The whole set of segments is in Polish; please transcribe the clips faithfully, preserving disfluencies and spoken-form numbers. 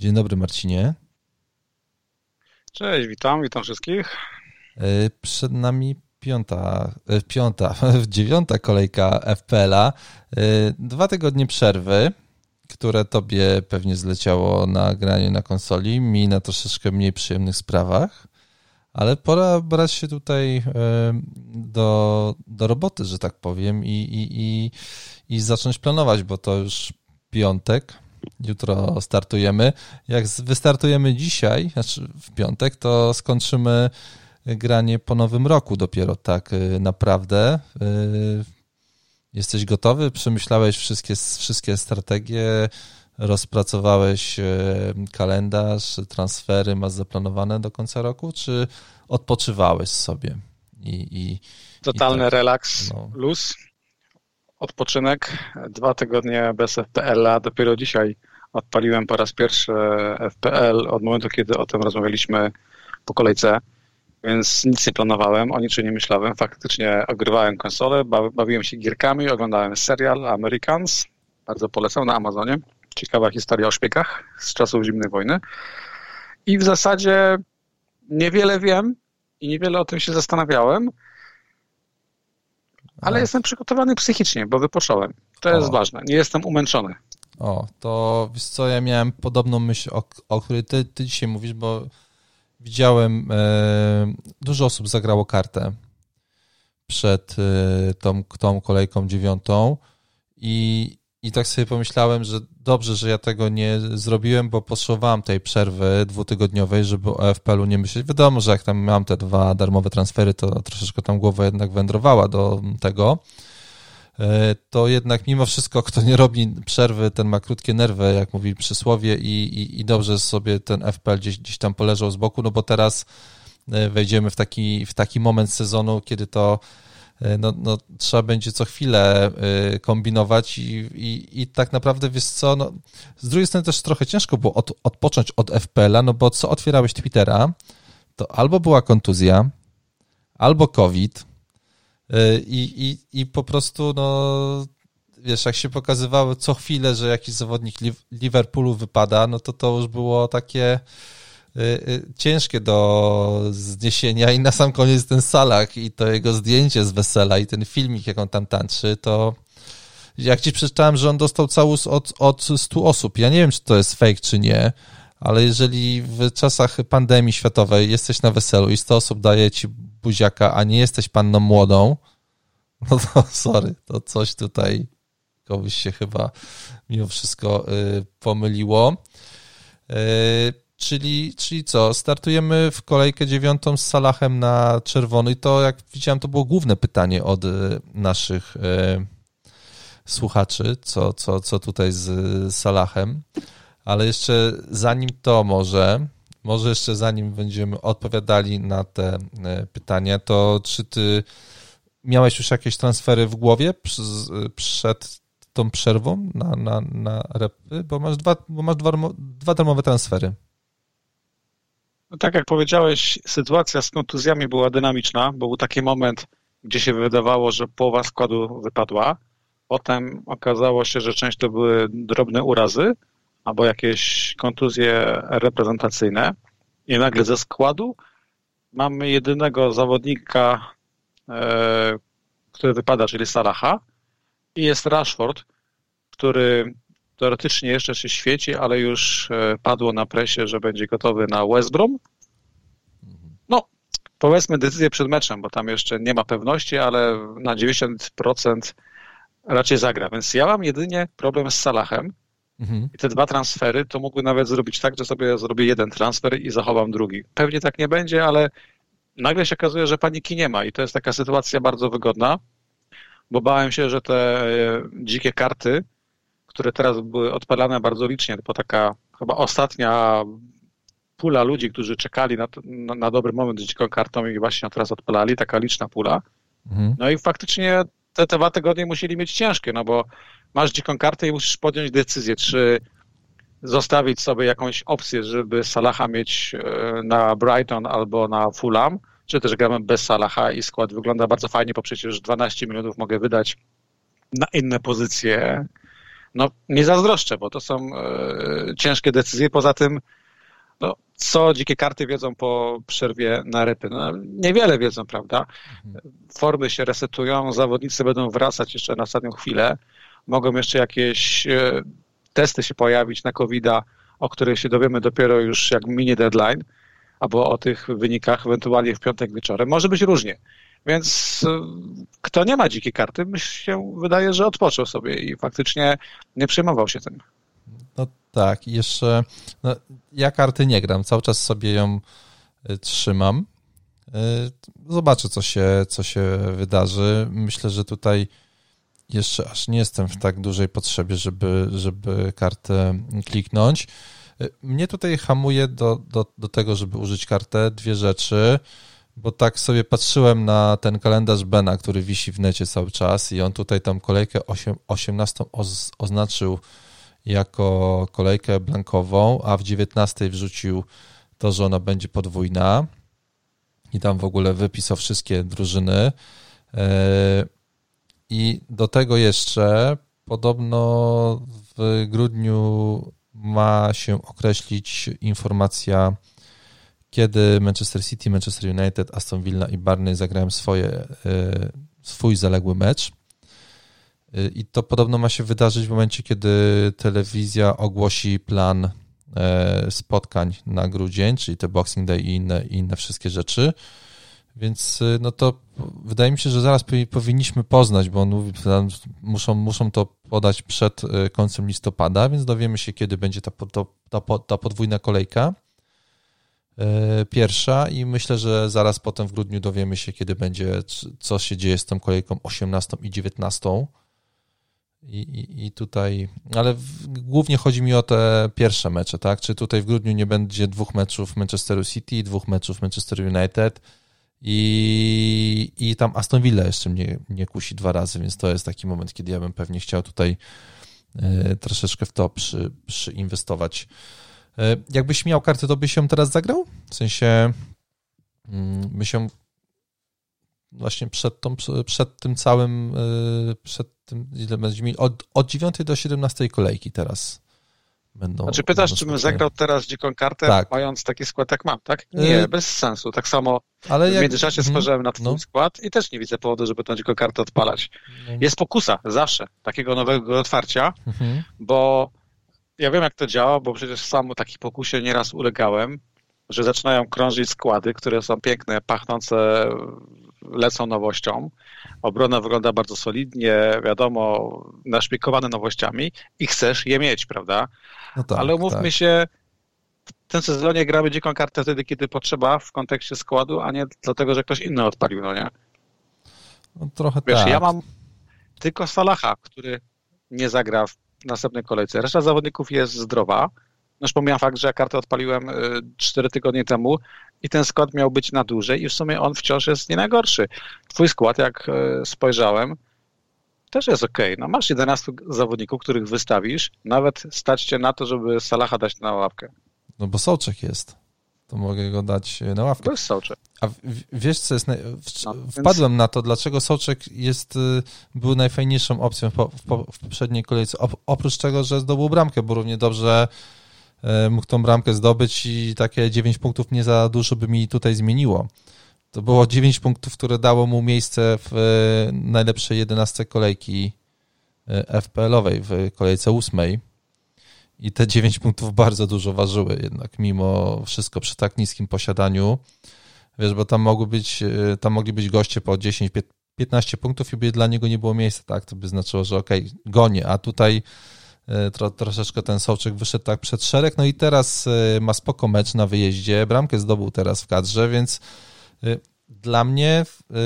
Dzień dobry, Marcinie. Cześć, witam, witam wszystkich. Przed nami piąta, piąta, dziewiąta kolejka F P L a. Dwa tygodnie przerwy, które tobie pewnie zleciało na granie na konsoli, mi na troszeczkę mniej przyjemnych sprawach, ale pora brać się tutaj do, do roboty, że tak powiem, i, i, i, i zacząć planować, bo to już piątek. Jutro startujemy. Jak wystartujemy dzisiaj, znaczy w piątek, to skończymy granie po nowym roku dopiero tak naprawdę. Jesteś gotowy? Przemyślałeś wszystkie, wszystkie strategie? Rozpracowałeś kalendarz, transfery masz zaplanowane do końca roku? Czy odpoczywałeś sobie? I, i, Totalny i tak, relaks, no. luz, odpoczynek. Dwa tygodnie bez F P L a. Dopiero dzisiaj odpaliłem po raz pierwszy F P L od momentu, kiedy o tym rozmawialiśmy po kolejce, więc nic nie planowałem, o niczym nie myślałem. Faktycznie ogrywałem konsolę, bawiłem się gierkami, oglądałem serial Americans, bardzo polecam, na Amazonie. Ciekawa historia o szpiegach z czasów zimnej wojny. I w zasadzie niewiele wiem i niewiele o tym się zastanawiałem, ale A. jestem przygotowany psychicznie, bo wypocząłem. To jest O. ważne. Nie jestem umęczony. O, to wiesz co, ja miałem podobną myśl, o, o której ty, ty dzisiaj mówisz, bo widziałem, e, dużo osób zagrało kartę przed e, tą, tą kolejką dziewiątą i, i tak sobie pomyślałem, że dobrze, że ja tego nie zrobiłem, bo potrzebowałem tej przerwy dwutygodniowej, żeby o F P L u nie myśleć. Wiadomo, że jak tam mam te dwa darmowe transfery, to troszeczkę tam głowa jednak wędrowała do tego, to jednak mimo wszystko, kto nie robi przerwy, ten ma krótkie nerwy, jak mówi przysłowie, i, i, i dobrze sobie ten F P L gdzieś, gdzieś tam poleżał z boku, no bo teraz wejdziemy w taki, w taki moment sezonu, kiedy to no, no, trzeba będzie co chwilę kombinować i, i, i tak naprawdę, wiesz co, no, z drugiej strony też trochę ciężko było od, odpocząć od F P L a, no bo co otwierałeś Twittera, to albo była kontuzja, albo COVID, I, i, i po prostu, no wiesz, jak się pokazywało co chwilę, że jakiś zawodnik Liverpoolu wypada, no to to już było takie y, y, ciężkie do zniesienia i na sam koniec ten Salah i to jego zdjęcie z wesela i ten filmik, jak on tam tańczy, to jak ci przeczytałem, że on dostał całus od, od stu osób. Ja nie wiem, czy to jest fake, czy nie, ale jeżeli w czasach pandemii światowej jesteś na weselu i sto osób daje ci buziaka, a nie jesteś panną młodą, no to sorry, to coś tutaj komuś się chyba mimo wszystko y, pomyliło. Y, czyli, czyli co, startujemy w kolejkę dziewiątą z Salahem na czerwono i to, jak widziałem, to było główne pytanie od y, naszych y, słuchaczy, co, co, co tutaj z Salahem, ale jeszcze zanim to może... Może jeszcze zanim będziemy odpowiadali na te pytania, to czy ty miałeś już jakieś transfery w głowie przed tą przerwą na, na, na repy? Bo masz dwa, bo masz dwa, dwa darmowe transfery. No tak jak powiedziałeś, sytuacja z kontuzjami była dynamiczna, bo był taki moment, gdzie się wydawało, że połowa składu wypadła. Potem okazało się, że część to były drobne urazy, albo jakieś kontuzje reprezentacyjne i nagle ze składu mamy jedynego zawodnika, e, który wypada, czyli Salaha, i jest Rashford, który teoretycznie jeszcze się świeci, ale już padło na presie, że będzie gotowy na West Brom. No, powiedzmy decyzję przed meczem, bo tam jeszcze nie ma pewności, ale na dziewięćdziesiąt procent raczej zagra, więc ja mam jedynie problem z Salahem. I te dwa transfery to mógłby nawet zrobić tak, że sobie zrobię jeden transfer i zachowam drugi. Pewnie tak nie będzie, ale nagle się okazuje, że paniki nie ma i to jest taka sytuacja bardzo wygodna, bo bałem się, że te dzikie karty, które teraz były odpalane bardzo licznie, bo taka chyba ostatnia pula ludzi, którzy czekali na, na, na dobry moment z dziką kartą i właśnie teraz odpalali, taka liczna pula. Mhm. No i faktycznie te, te dwa tygodnie musieli mieć ciężkie, no bo masz dziką kartę i musisz podjąć decyzję, czy zostawić sobie jakąś opcję, żeby Salaha mieć na Brighton albo na Fulham, czy też gramy bez Salaha i skład wygląda bardzo fajnie, bo przecież dwanaście milionów mogę wydać na inne pozycje no nie zazdroszczę, bo to są e, ciężkie decyzje. Poza tym, no, co dzikie karty wiedzą po przerwie na repy? No, niewiele wiedzą, prawda? Formy się resetują, zawodnicy będą wracać jeszcze na ostatnią chwilę. Mogą jeszcze jakieś e, testy się pojawić na kowida, o których się dowiemy dopiero już jak minie deadline, albo o tych wynikach ewentualnie w piątek wieczorem. Może być różnie. Więc kto nie ma dzikiej karty, mi się wydaje, że odpoczął sobie i faktycznie nie przejmował się tym. No tak, i jeszcze no, ja karty nie gram, cały czas sobie ją trzymam. Zobaczę, co się, co się wydarzy. Myślę, że tutaj jeszcze aż nie jestem w tak dużej potrzebie, żeby, żeby kartę kliknąć. Mnie tutaj hamuje do, do, do tego, żeby użyć kartę dwie rzeczy, bo tak sobie patrzyłem na ten kalendarz Bena, który wisi w necie cały czas i on tutaj tam kolejkę osiemnastą oznaczył jako kolejkę blankową, a w dziewiętnastej wrzucił to, że ona będzie podwójna i tam w ogóle wypisał wszystkie drużyny. I do tego jeszcze podobno w grudniu ma się określić informacja, kiedy Manchester City, Manchester United, Aston Villa i Burnley zagrają swoje, swój zaległy mecz. I to podobno ma się wydarzyć w momencie, kiedy telewizja ogłosi plan spotkań na grudzień, czyli te Boxing Day i inne, i inne wszystkie rzeczy. Więc no to wydaje mi się, że zaraz powinniśmy poznać, bo on mówi, muszą, muszą to podać przed końcem listopada, więc dowiemy się, kiedy będzie ta, ta, ta podwójna kolejka pierwsza i myślę, że zaraz potem w grudniu dowiemy się, kiedy będzie, co się dzieje z tą kolejką osiemnastą i dziewiętnastą. I, i, i tutaj, ale w, głównie chodzi mi o te pierwsze mecze, tak? Czy tutaj w grudniu nie będzie dwóch meczów Manchesteru City, dwóch meczów Manchester United i, i tam Aston Villa jeszcze mnie, mnie kusi dwa razy, więc to jest taki moment, kiedy ja bym pewnie chciał tutaj y, troszeczkę w to przy, przyinwestować. Y, jakbyś miał kartę, to byś ją teraz zagrał? W sensie y, byś ją właśnie przed, tą, przed tym całym, przed tym, ile będzie mi, od, od dziewiątej do siedemnastej kolejki teraz będą. Znaczy pytasz, będą czy bym zagrał teraz dziką kartę, tak. mając taki skład jak mam, tak? Nie, y... bez sensu. Tak samo ale w jak... międzyczasie hmm. spojrzałem na twój no. skład i też nie widzę powodu, żeby tą dziką kartę odpalać. No. Jest pokusa zawsze takiego nowego otwarcia, hmm. bo ja wiem, jak to działa, bo przecież sam takiej pokusie nieraz ulegałem, że zaczynają krążyć składy, które są piękne, pachnące, lecą nowością. Obrona wygląda bardzo solidnie, wiadomo, naszpikowane nowościami i chcesz je mieć, prawda? No tak, ale umówmy tak. się, w tym sezonie gramy dziką kartę wtedy, kiedy potrzeba w kontekście składu, a nie dlatego, że ktoś inny odpalił, no nie? No trochę Wiesz, tak. ja mam tylko Salaha, który nie zagra w następnej kolejce. Reszta zawodników jest zdrowa. No już pomijam fakt, że ja kartę odpaliłem cztery tygodnie temu i ten skład miał być na dłużej i w sumie on wciąż jest nie najgorszy. Twój skład, jak spojrzałem, też jest okej. No masz jedenastu zawodników, których wystawisz, nawet stać cię na to, żeby Salaha dać na ławkę. No bo Souček jest. To mogę go dać na ławkę. To jest Souček. A wiesz, co jest... Naj... No, Wpadłem więc... na to, dlaczego Souček jest, był najfajniejszą opcją w, po, w poprzedniej kolejce. Oprócz tego, że zdobył bramkę, bo równie dobrze mógł tą bramkę zdobyć i takie dziewięć punktów nie za dużo by mi tutaj zmieniło. To było dziewięć punktów, które dało mu miejsce w najlepszej jedenastce kolejki F P L-owej, w kolejce ósmej. I te dziewięć punktów bardzo dużo ważyły jednak, mimo wszystko przy tak niskim posiadaniu. Wiesz, bo tam mogły być, tam mogli być goście po dziesięć piętnaście punktów i by dla niego nie było miejsca, tak? To by znaczyło, że okej, okay, gonię, a tutaj Tro, troszeczkę ten Souček wyszedł tak przed szereg, no i teraz ma spoko mecz na wyjeździe, bramkę zdobył teraz w kadrze, więc dla mnie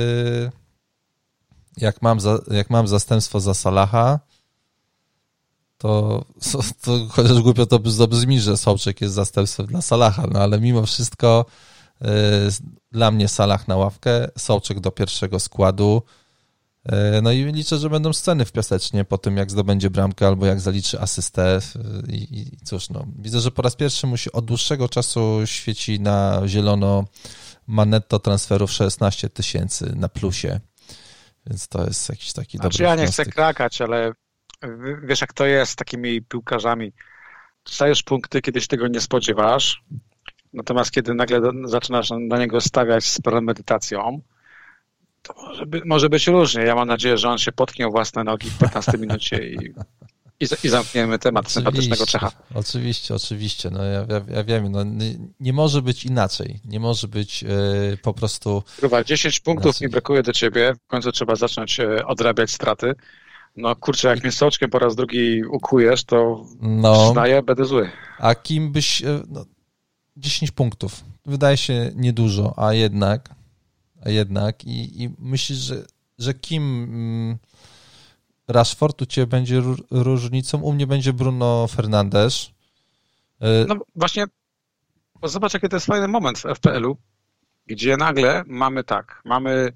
jak mam, za, jak mam zastępstwo za Salaha, to, to chociaż głupio to zabrzmi, że Souček jest zastępstwem dla Salaha, no ale mimo wszystko dla mnie Salah na ławkę, Souček do pierwszego składu. No i liczę, że będą sceny w Piasecznie po tym, jak zdobędzie bramkę albo jak zaliczy asystę. I, i cóż, no, widzę, że po raz pierwszy mu się od dłuższego czasu świeci na zielono ma netto transferów szesnaście tysięcy na plusie. Więc to jest jakiś taki znaczy, dobry ja nie wniosek. chcę krakać, ale wiesz jak to jest z takimi piłkarzami. Dostajesz punkty, kiedy się tego nie spodziewasz, natomiast kiedy nagle zaczynasz na niego stawiać z premedytacją, to może, by, może być różnie. Ja mam nadzieję, że on się potknie o własne nogi w piętnastej minucie i, i, i zamkniemy temat sympatycznego Czecha. Oczywiście, oczywiście. No ja, ja, ja wiem, no, nie, nie może być inaczej. Nie może być yy, po prostu... Kurwa, dziesięć punktów inaczej. Mi brakuje do ciebie. W końcu trzeba zacząć odrabiać straty. No kurczę, jak mnie soczkiem po raz drugi ukujesz, to no, przyznaję, będę zły. A kim byś... No, dziesięć punktów. Wydaje się niedużo, a jednak... A jednak i, i myślisz, że, że kim mm, Rashford u ciebie będzie różnicą? U mnie będzie Bruno Fernandes. No właśnie, zobacz, jaki to jest fajny moment w F P L-u, gdzie nagle mamy tak, mamy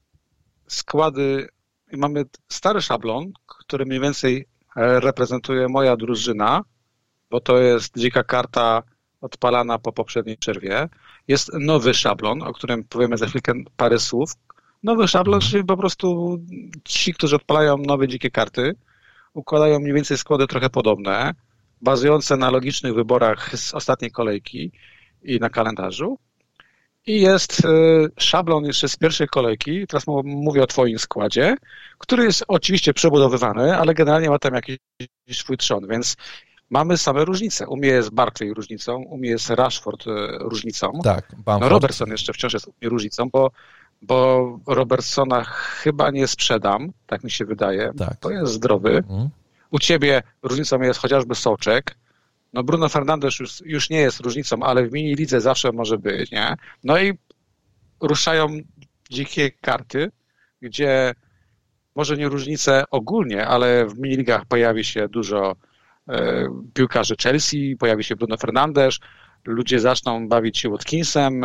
składy, mamy stary szablon, który mniej więcej reprezentuje moja drużyna, bo to jest dzika karta odpalana po poprzedniej przerwie. Jest nowy szablon, o którym powiemy za chwilkę parę słów. Nowy szablon, czyli po prostu ci, którzy odpalają nowe dzikie karty, układają mniej więcej składy trochę podobne, bazujące na logicznych wyborach z ostatniej kolejki i na kalendarzu. I jest szablon jeszcze z pierwszej kolejki, teraz mówię o twoim składzie, który jest oczywiście przebudowywany, ale generalnie ma tam jakiś swój trzon, więc mamy same różnice. U mnie jest Barkley różnicą, u mnie jest Rashford różnicą. Tak, no Robertson jeszcze wciąż jest u mnie różnicą, bo, bo Robertsona chyba nie sprzedam, tak mi się wydaje. Tak. To jest zdrowy. Mhm. U ciebie różnicą jest chociażby Soczek. No Bruno Fernandes już, już nie jest różnicą, ale w mini lidze zawsze może być, nie? No i ruszają dzikie karty, gdzie może nie różnice ogólnie, ale w mini ligach pojawi się dużo piłkarzy Chelsea, pojawi się Bruno Fernandes, ludzie zaczną bawić się Watkinsem,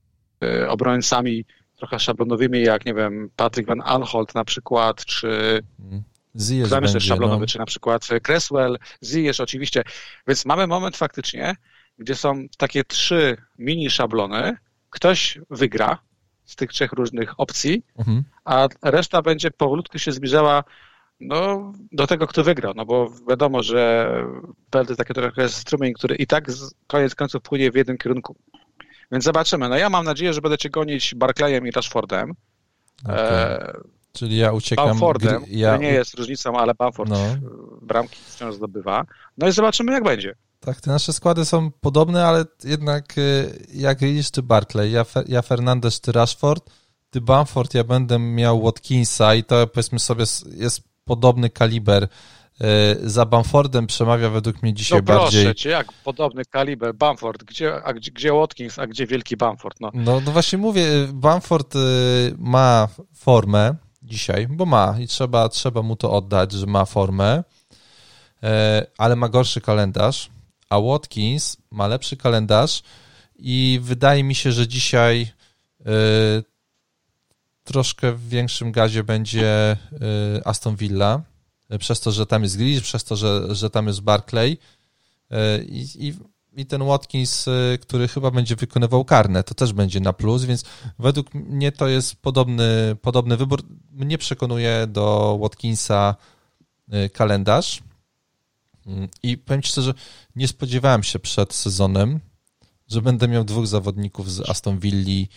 obrońcami trochę szablonowymi, jak nie wiem, Patrick Van Aanholt na przykład, czy zamysł szablonowy, no. Czy na przykład Cresswell, Ziyech oczywiście. Więc mamy moment faktycznie, gdzie są takie trzy mini szablony, ktoś wygra z tych trzech różnych opcji, mhm. a reszta będzie powolutku się zbliżała no, do tego, kto wygrał, no bo wiadomo, że P L to taki trochę strumień, który i tak z koniec końców płynie w jednym kierunku. Więc zobaczymy. No ja mam nadzieję, że będę cię gonić Barkleyem i Rashfordem. Okay. E, Czyli ja uciekam... Bamfordem, gry, ja... który nie jest różnicą, ale Bamford no. bramki wciąż zdobywa. No i zobaczymy, jak będzie. Tak, te nasze składy są podobne, ale jednak jak widzisz, ty Barkley, ja, ja Fernandes, ty Rashford, ty Bamford, ja będę miał Watkinsa i to powiedzmy sobie jest podobny kaliber. Za Bamfordem przemawia według mnie dzisiaj no proszę bardziej... proszę cię, jak podobny kaliber Bamford, gdzie, a gdzie, gdzie Watkins, a gdzie wielki Bamford? No. No, no właśnie mówię, Bamford ma formę dzisiaj, bo ma i trzeba, trzeba mu to oddać, że ma formę, ale ma gorszy kalendarz, a Watkins ma lepszy kalendarz i wydaje mi się, że dzisiaj troszkę w większym gazie będzie Aston Villa, przez to, że tam jest Grealish, przez to, że, że tam jest Barkley i, i, i ten Watkins, który chyba będzie wykonywał karne, to też będzie na plus, więc według mnie to jest podobny, podobny wybór. Mnie przekonuje do Watkinsa kalendarz i powiem ci szczerze, nie spodziewałem się przed sezonem, że będę miał dwóch zawodników z Aston Villi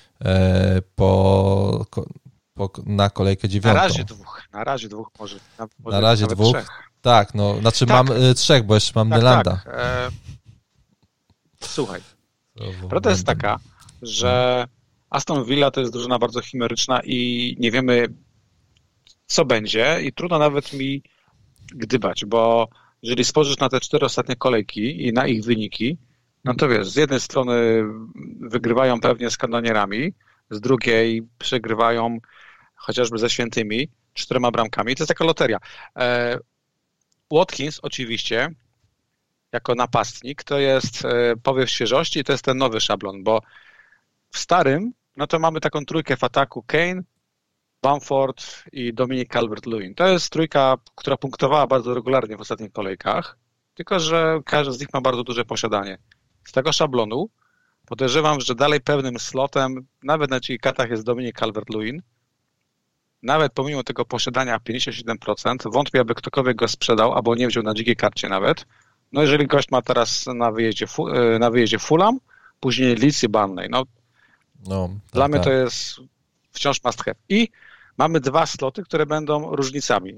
po... Po, na kolejkę dziewiątą. Na razie dwóch, na razie dwóch może. Na, może na razie dwóch? Trzech. Tak, no, znaczy tak. mam y, trzech, bo jeszcze mam tak, Nylanda. Tak. E... Słuchaj, prawda jest taka, że Aston Villa to jest drużyna bardzo chimeryczna i nie wiemy, co będzie i trudno nawet mi gdybać, bo jeżeli spojrzysz na te cztery ostatnie kolejki i na ich wyniki, no to wiesz, z jednej strony wygrywają pewnie z kanonierami, z drugiej przegrywają chociażby ze Świętymi, czterema bramkami. To jest taka loteria. E, Watkins oczywiście, jako napastnik, to jest e, powiew świeżości i to jest ten nowy szablon, bo w starym, no to mamy taką trójkę w ataku Kane, Bamford i Dominic Calvert-Lewin. To jest trójka, która punktowała bardzo regularnie w ostatnich kolejkach, tylko że każdy z nich ma bardzo duże posiadanie. Z tego szablonu podejrzewam, że dalej pewnym slotem, nawet na dzikich kartach jest Dominic Calvert-Lewin, nawet pomimo tego posiadania pięćdziesiąt siedem procent, wątpię, aby ktokolwiek go sprzedał, albo nie wziął na dzikiej karcie nawet. No jeżeli gość ma teraz na wyjeździe, na wyjeździe Fulham, później Leeds i Burnley. No, no, tak, dla mnie tak. to jest wciąż must have. I mamy dwa sloty, które będą różnicami.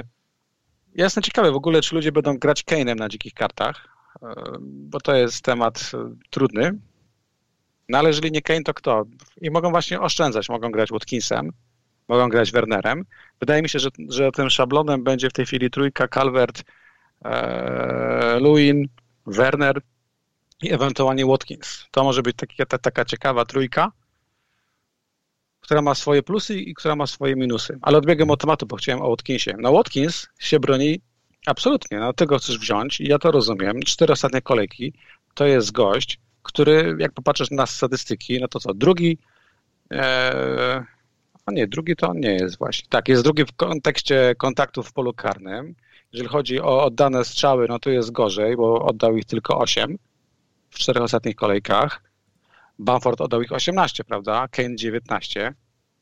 Ja jestem ciekawy w ogóle, czy ludzie będą grać Kane'em na dzikich kartach, bo to jest temat trudny. No ale jeżeli nie Kane, to kto? I mogą właśnie oszczędzać, mogą grać Watkinsem, mogą grać Wernerem. Wydaje mi się, że, że tym szablonem będzie w tej chwili trójka Calvert, e, Lewin, Werner i ewentualnie Watkins. To może być taki, ta, taka ciekawa trójka, która ma swoje plusy i która ma swoje minusy. Ale odbiegam od tematu, bo chciałem o Watkinsie. No Watkins się broni absolutnie. No tego chcesz wziąć i ja to rozumiem. Cztery ostatnie kolejki to jest gość, który, jak popatrzysz na statystyki, no to co, drugi, e, a nie, drugi to on nie jest właśnie. Tak, jest drugi w kontekście kontaktów w polu karnym. Jeżeli chodzi o oddane strzały, no to jest gorzej, bo oddał ich tylko osiem w czterech ostatnich kolejkach. Bamford oddał ich osiemnaście, prawda? Kane dziewiętnaście.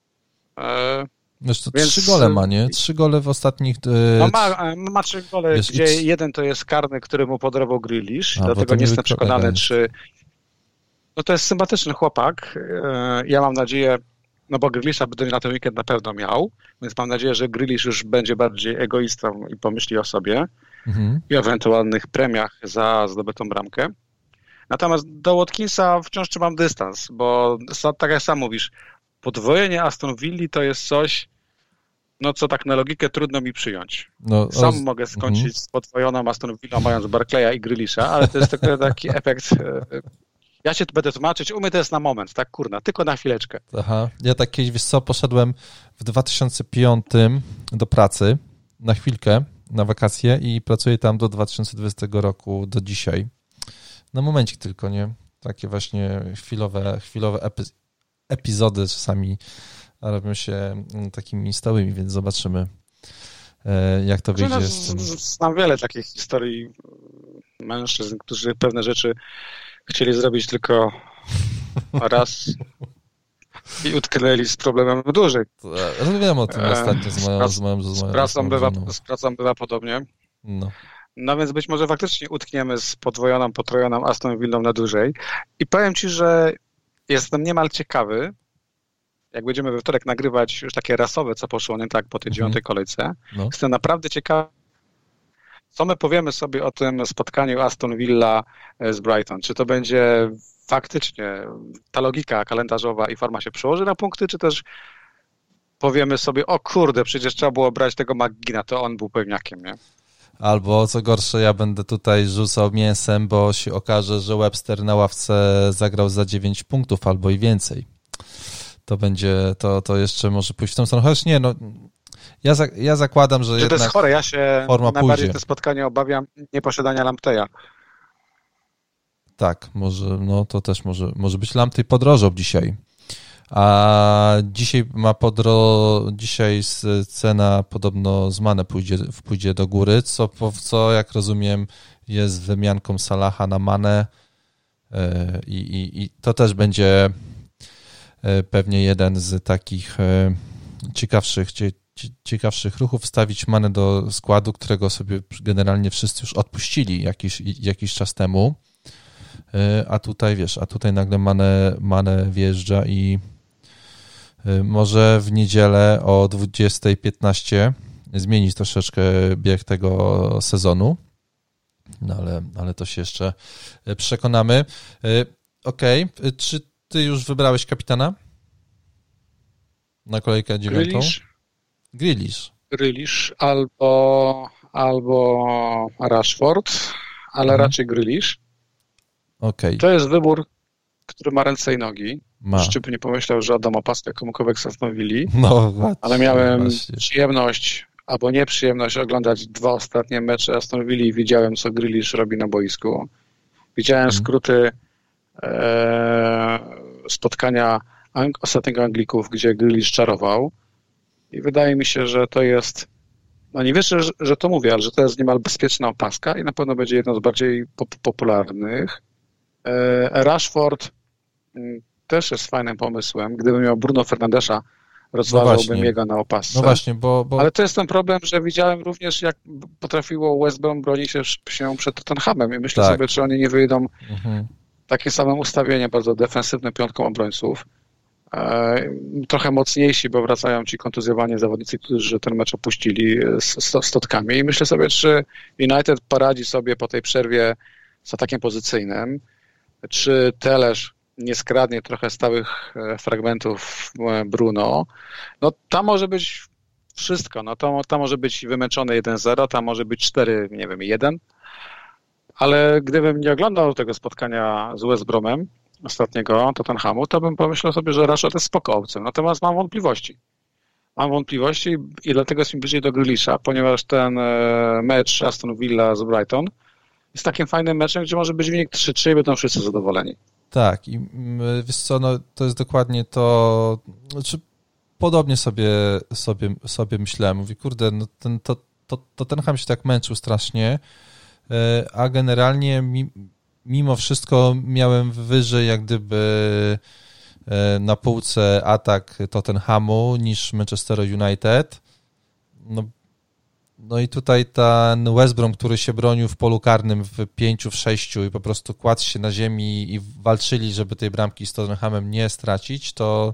E, Wiesz, to więc... trzy gole ma, nie? Trzy gole w ostatnich... E, no ma, ma trzy gole, wiesz, gdzie x... jeden to jest karny, który mu podrobił Grealish, A, dlatego nie jestem wykro... przekonany, czy... No to jest sympatyczny chłopak. Ja mam nadzieję, no bo Grealisha by na ten weekend na pewno miał, więc mam nadzieję, że Grealish już będzie bardziej egoistą i pomyśli o sobie mhm. i o ewentualnych premiach za zdobytą bramkę. Natomiast do Watkinsa wciąż trzymam dystans, bo tak jak sam mówisz, podwojenie Aston Villa to jest coś, no co tak na logikę trudno mi przyjąć. No, sam roz... mogę skończyć mhm. z podwojoną Aston Villa, mając Barclaya i Grealisha, ale to jest tylko taki efekt... Ja się tu będę tłumaczyć, u mnie to jest na moment, tak kurna, tylko na chwileczkę. Aha, ja tak kiedyś, wiesz co, poszedłem w dwa tysiące piątym do pracy na chwilkę, na wakacje i pracuję tam do dwa tysiące dwudziestego roku, do dzisiaj. Na momencik tylko, nie? Takie właśnie chwilowe, chwilowe epi- epizody czasami robią się takimi stałymi, więc zobaczymy, jak to wyjdzie. No, z tym. Znam wiele takich historii mężczyzn, którzy pewne rzeczy chcieli zrobić tylko raz i utknęli z problemem dłużej. Rozmawiałem o tym ostatnio z moją, z moją, z moją z pracą, bywa, z pracą bywa podobnie. No. no więc być może faktycznie utkniemy z podwojoną, potrojoną Aston Villą na dłużej. I powiem Ci, że jestem niemal ciekawy, jak będziemy we wtorek nagrywać już takie rasowe, co poszło nie tak po tej dziewiątej kolejce. No. Jestem naprawdę ciekawy, co my powiemy sobie o tym spotkaniu Aston Villa z Brighton? Czy to będzie faktycznie ta logika kalendarzowa i forma się przełoży na punkty, czy też powiemy sobie, o kurde, przecież trzeba było brać tego McGinna, to on był pewniakiem, nie? Albo co gorsze, ja będę tutaj rzucał mięsem, bo się okaże, że Webster na ławce zagrał za dziewięć punktów albo i więcej. To będzie, to, to jeszcze może pójść w tą stronę. Chociaż nie, no... Ja, za, ja zakładam, że, że jednak to jest chore. Ja się forma najbardziej pójdzie. Te spotkanie obawiam nieposiadania Lampteja. Tak, może, no to też może, może być. Lamptey podrożał dzisiaj. A dzisiaj ma podro... dzisiaj cena podobno z Mane pójdzie, pójdzie do góry, co, co jak rozumiem jest wymianką Salaha na Mane i, i, i to też będzie pewnie jeden z takich ciekawszych ciekawszych ruchów, wstawić Manę do składu, którego sobie generalnie wszyscy już odpuścili jakiś, jakiś czas temu, a tutaj wiesz, a tutaj nagle Manę, Manę wjeżdża i może w niedzielę o dwudziesta piętnaście zmienić troszeczkę bieg tego sezonu, no ale, ale to się jeszcze przekonamy. Okej, okay. Czy ty już wybrałeś kapitana na kolejkę dziewiątą? Grealish. Grealish. Grealish albo, albo Rashford, ale mhm. raczej Grealish. Okay. To jest wybór, który ma ręce i nogi. Ma. Jeszcze by nie pomyślał, że oddam opaskę komukolwiek z Aston Villa, no, ale miałem właśnie. przyjemność albo nieprzyjemność oglądać dwa ostatnie mecze Aston Villa i widziałem, co Grealish robi na boisku. Widziałem mhm. skróty e, spotkania ang- ostatniego Anglików, gdzie Grealish czarował. I wydaje mi się, że to jest, no nie wiesz, że, że to mówię, ale że to jest niemal bezpieczna opaska i na pewno będzie jedno z bardziej pop- popularnych. E, Rashford m, też jest fajnym pomysłem. Gdybym miał Bruno Fernandesza rozważałbym no jego na opasce. No właśnie, bo, bo... Ale to jest ten problem, że widziałem również, jak potrafiło West Brom bronić się, się przed Tottenhamem i myślę tak. sobie, czy oni nie wyjdą mhm. takie same ustawienie, bardzo defensywne piątką obrońców. E, trochę mocniejsi, bo wracają ci kontuzjowani zawodnicy, którzy ten mecz opuścili z, z, z Totkami. I myślę sobie, czy United poradzi sobie po tej przerwie z atakiem pozycyjnym, czy Telesz nie skradnie trochę stałych fragmentów Bruno. No tam może być wszystko. No to, tam może być wymęczony jeden zero, tam może być cztery, nie wiem, jeden. Ale gdybym nie oglądał tego spotkania z West Bromem, ostatniego Tottenhamu, to bym pomyślał sobie, że Rashford jest spoko opcją. Natomiast mam wątpliwości. Mam wątpliwości i dlatego jest mi bliżej do Grealisha, ponieważ ten mecz Aston Villa z Brighton jest takim fajnym meczem, gdzie może być wynik trzy trzy i będą wszyscy zadowoleni. Tak i wiesz co, no to jest dokładnie to, znaczy podobnie sobie, sobie, sobie myślałem. Mówię, kurde, no ten, to, to, Tottenham się tak męczył strasznie, a generalnie mi, mimo wszystko miałem wyżej jak gdyby na półce atak Tottenhamu niż Manchester United. No, no i tutaj ten West Brom, który się bronił w polu karnym w pięciu, w sześciu i po prostu kładł się na ziemi i walczyli, żeby tej bramki z Tottenhamem nie stracić, to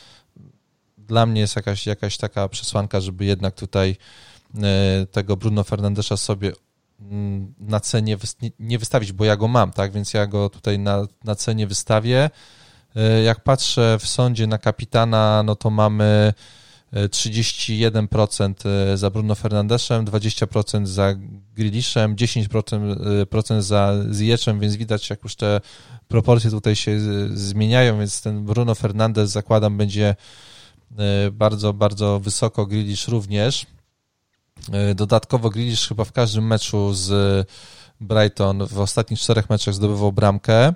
dla mnie jest jakaś, jakaś taka przesłanka, żeby jednak tutaj tego Bruno Fernandesza sobie na cenie nie wystawić, bo ja go mam, tak, więc ja go tutaj na, na cenie wystawię. Jak patrzę w sądzie na kapitana, no to mamy trzydzieści jeden procent za Bruno Fernandeszem, dwadzieścia procent za Grealishem, dziesięć procent za Ziyechem, więc widać, jak już te proporcje tutaj się zmieniają, więc ten Bruno Fernandes, zakładam, będzie bardzo, bardzo wysoko, Grealish również. Dodatkowo Grealish chyba w każdym meczu z Brighton w ostatnich czterech meczach zdobywał bramkę.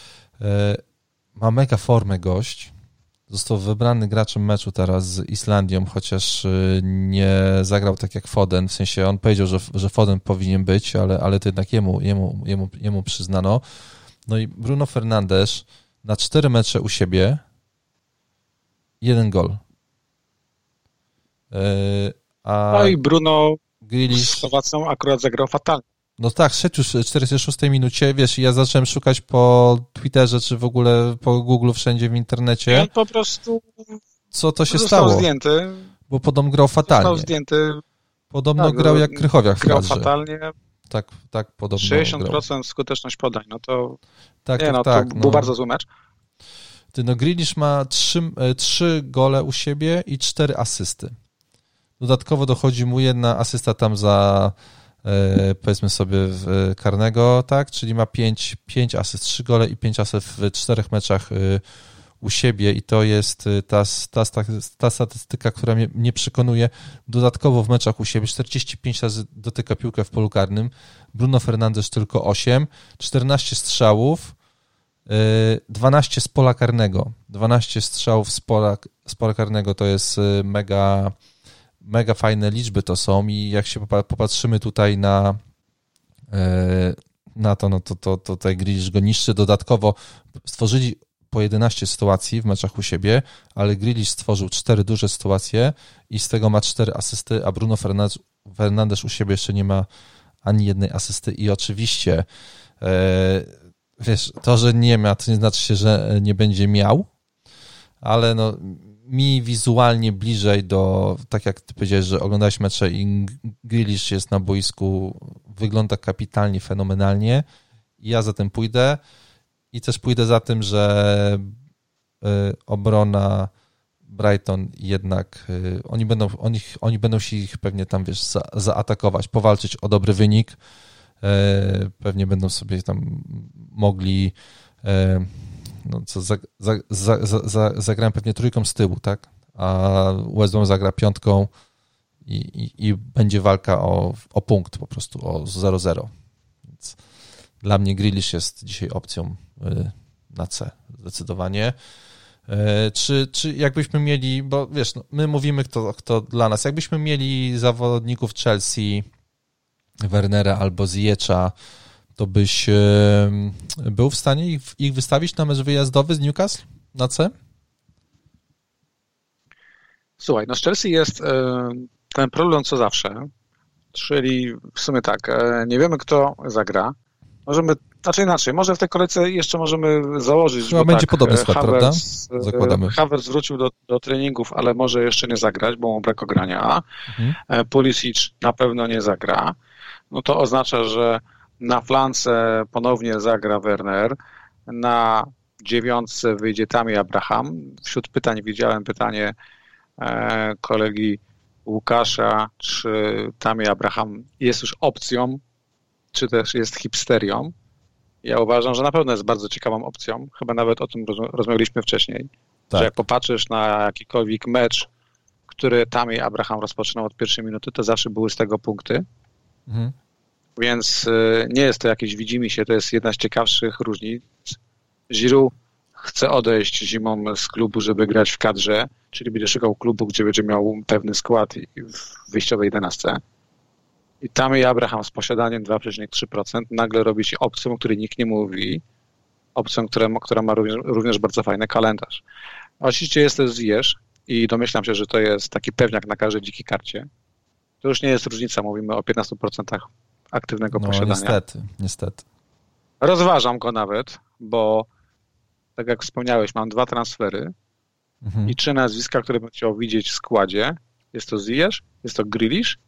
Ma mega formę gość. Został wybrany graczem meczu teraz z Islandią, chociaż nie zagrał tak jak Foden. W sensie on powiedział, że, że Foden powinien być, ale, ale to jednak jemu, jemu, jemu, jemu przyznano. No i Bruno Fernandes na cztery mecze u siebie jeden gol. A no i Bruno Grealish z Słowacją akurat zagrał fatalnie. No tak, szedł już w czterdziestej szóstej minucie, wiesz, i ja zacząłem szukać po Twitterze, czy w ogóle po Google, wszędzie w internecie. I on po prostu co to się został stało? zdjęty. Bo podobno grał fatalnie. Został zdjęty. Podobno tak, grał jak Krychowiak w grał kadrze. fatalnie. Tak, tak, podobno sześćdziesiąt procent grał. Skuteczność podań, no to tak, nie, tak, no, tak, to no. był bardzo zły mecz. Ty, no Grealish ma trzy, trzy gole u siebie i cztery asysty. Dodatkowo dochodzi mu jedna asysta tam za powiedzmy sobie karnego, tak, czyli ma pięć, pięć asyst, trzy gole i pięć asyst w czterech meczach u siebie i to jest ta, ta, ta statystyka, która mnie, mnie przekonuje. Dodatkowo w meczach u siebie czterdzieści pięć razy dotyka piłkę w polu karnym, Bruno Fernandes tylko osiem, czternaście strzałów, dwanaście z pola karnego, dwanaście strzałów z pola, z pola karnego to jest mega mega fajne liczby to są i jak się popatrzymy tutaj na na to, no to, to, to tutaj Grealish go niszczy. Dodatkowo stworzyli po jedenaście sytuacji w meczach u siebie, ale Grealish stworzył cztery duże sytuacje i z tego ma cztery asysty, a Bruno Fernandes, Fernandes u siebie jeszcze nie ma ani jednej asysty i oczywiście wiesz, to, że nie ma, to nie znaczy się, że nie będzie miał, ale no mi wizualnie bliżej do, tak jak ty powiedziałeś, że oglądałeś mecze i Grealish jest na boisku, wygląda kapitalnie, fenomenalnie i ja za tym pójdę i też pójdę za tym, że obrona Brighton jednak, oni będą, oni, oni będą się ich pewnie tam, wiesz, za, zaatakować, powalczyć o dobry wynik, pewnie będą sobie tam mogli no co, za, za, za, za, zagrałem pewnie trójką z tyłu, tak? A West Brom zagra piątką i, i, i będzie walka o, o punkt po prostu, o zero zero. Więc dla mnie Grealish jest dzisiaj opcją na C, zdecydowanie. Czy, czy jakbyśmy mieli, bo wiesz, no, my mówimy kto, kto dla nas, jakbyśmy mieli zawodników Chelsea, Wernera albo Ziyecha, to byś był w stanie ich, ich wystawić na mecz wyjazdowy z Newcastle na C? Słuchaj, no z Chelsea jest ten problem co zawsze, czyli w sumie tak, nie wiemy kto zagra. Możemy, znaczy inaczej, może w tej kolejce jeszcze możemy założyć, Chyba bo będzie tak, podobny skład, Havertz, prawda? Zakładamy. Havertz wrócił do, do treningów, ale może jeszcze nie zagrać, bo mu brak ogrania. Mhm. Pulisic na pewno nie zagra. No to oznacza, że na flance ponownie zagra Werner, na dziewiątce wyjdzie Tammy Abraham. Wśród pytań widziałem pytanie e, kolegi Łukasza, czy Tammy Abraham jest już opcją, czy też jest hipsterią. Ja uważam, że na pewno jest bardzo ciekawą opcją. Chyba nawet o tym rozmawialiśmy wcześniej. Tak. Że jak popatrzysz na jakikolwiek mecz, który Tammy Abraham rozpoczynał od pierwszej minuty, to zawsze były z tego punkty. Mhm. Więc nie jest to jakieś widzimisię, to jest jedna z ciekawszych różnic. Giroud chce odejść zimą z klubu, żeby grać w kadrze, czyli będzie szukał klubu, gdzie będzie miał pewny skład w wyjściowej jedenastce. I Tammy Abraham z posiadaniem dwa przecinek trzy procent nagle robi się opcją, o której nikt nie mówi, opcją, która, która ma również, również bardzo fajny kalendarz. Oczywiście jest też Ziyech i domyślam się, że to jest taki pewniak na każdej dzikiej karcie. To już nie jest różnica, mówimy o piętnastu procentach aktywnego no, posiadania. niestety, niestety. Rozważam go nawet, bo tak jak wspomniałeś, mam dwa transfery mhm. i trzy nazwiska, które bym chciał widzieć w składzie. Jest to Ziyech, jest to Grealish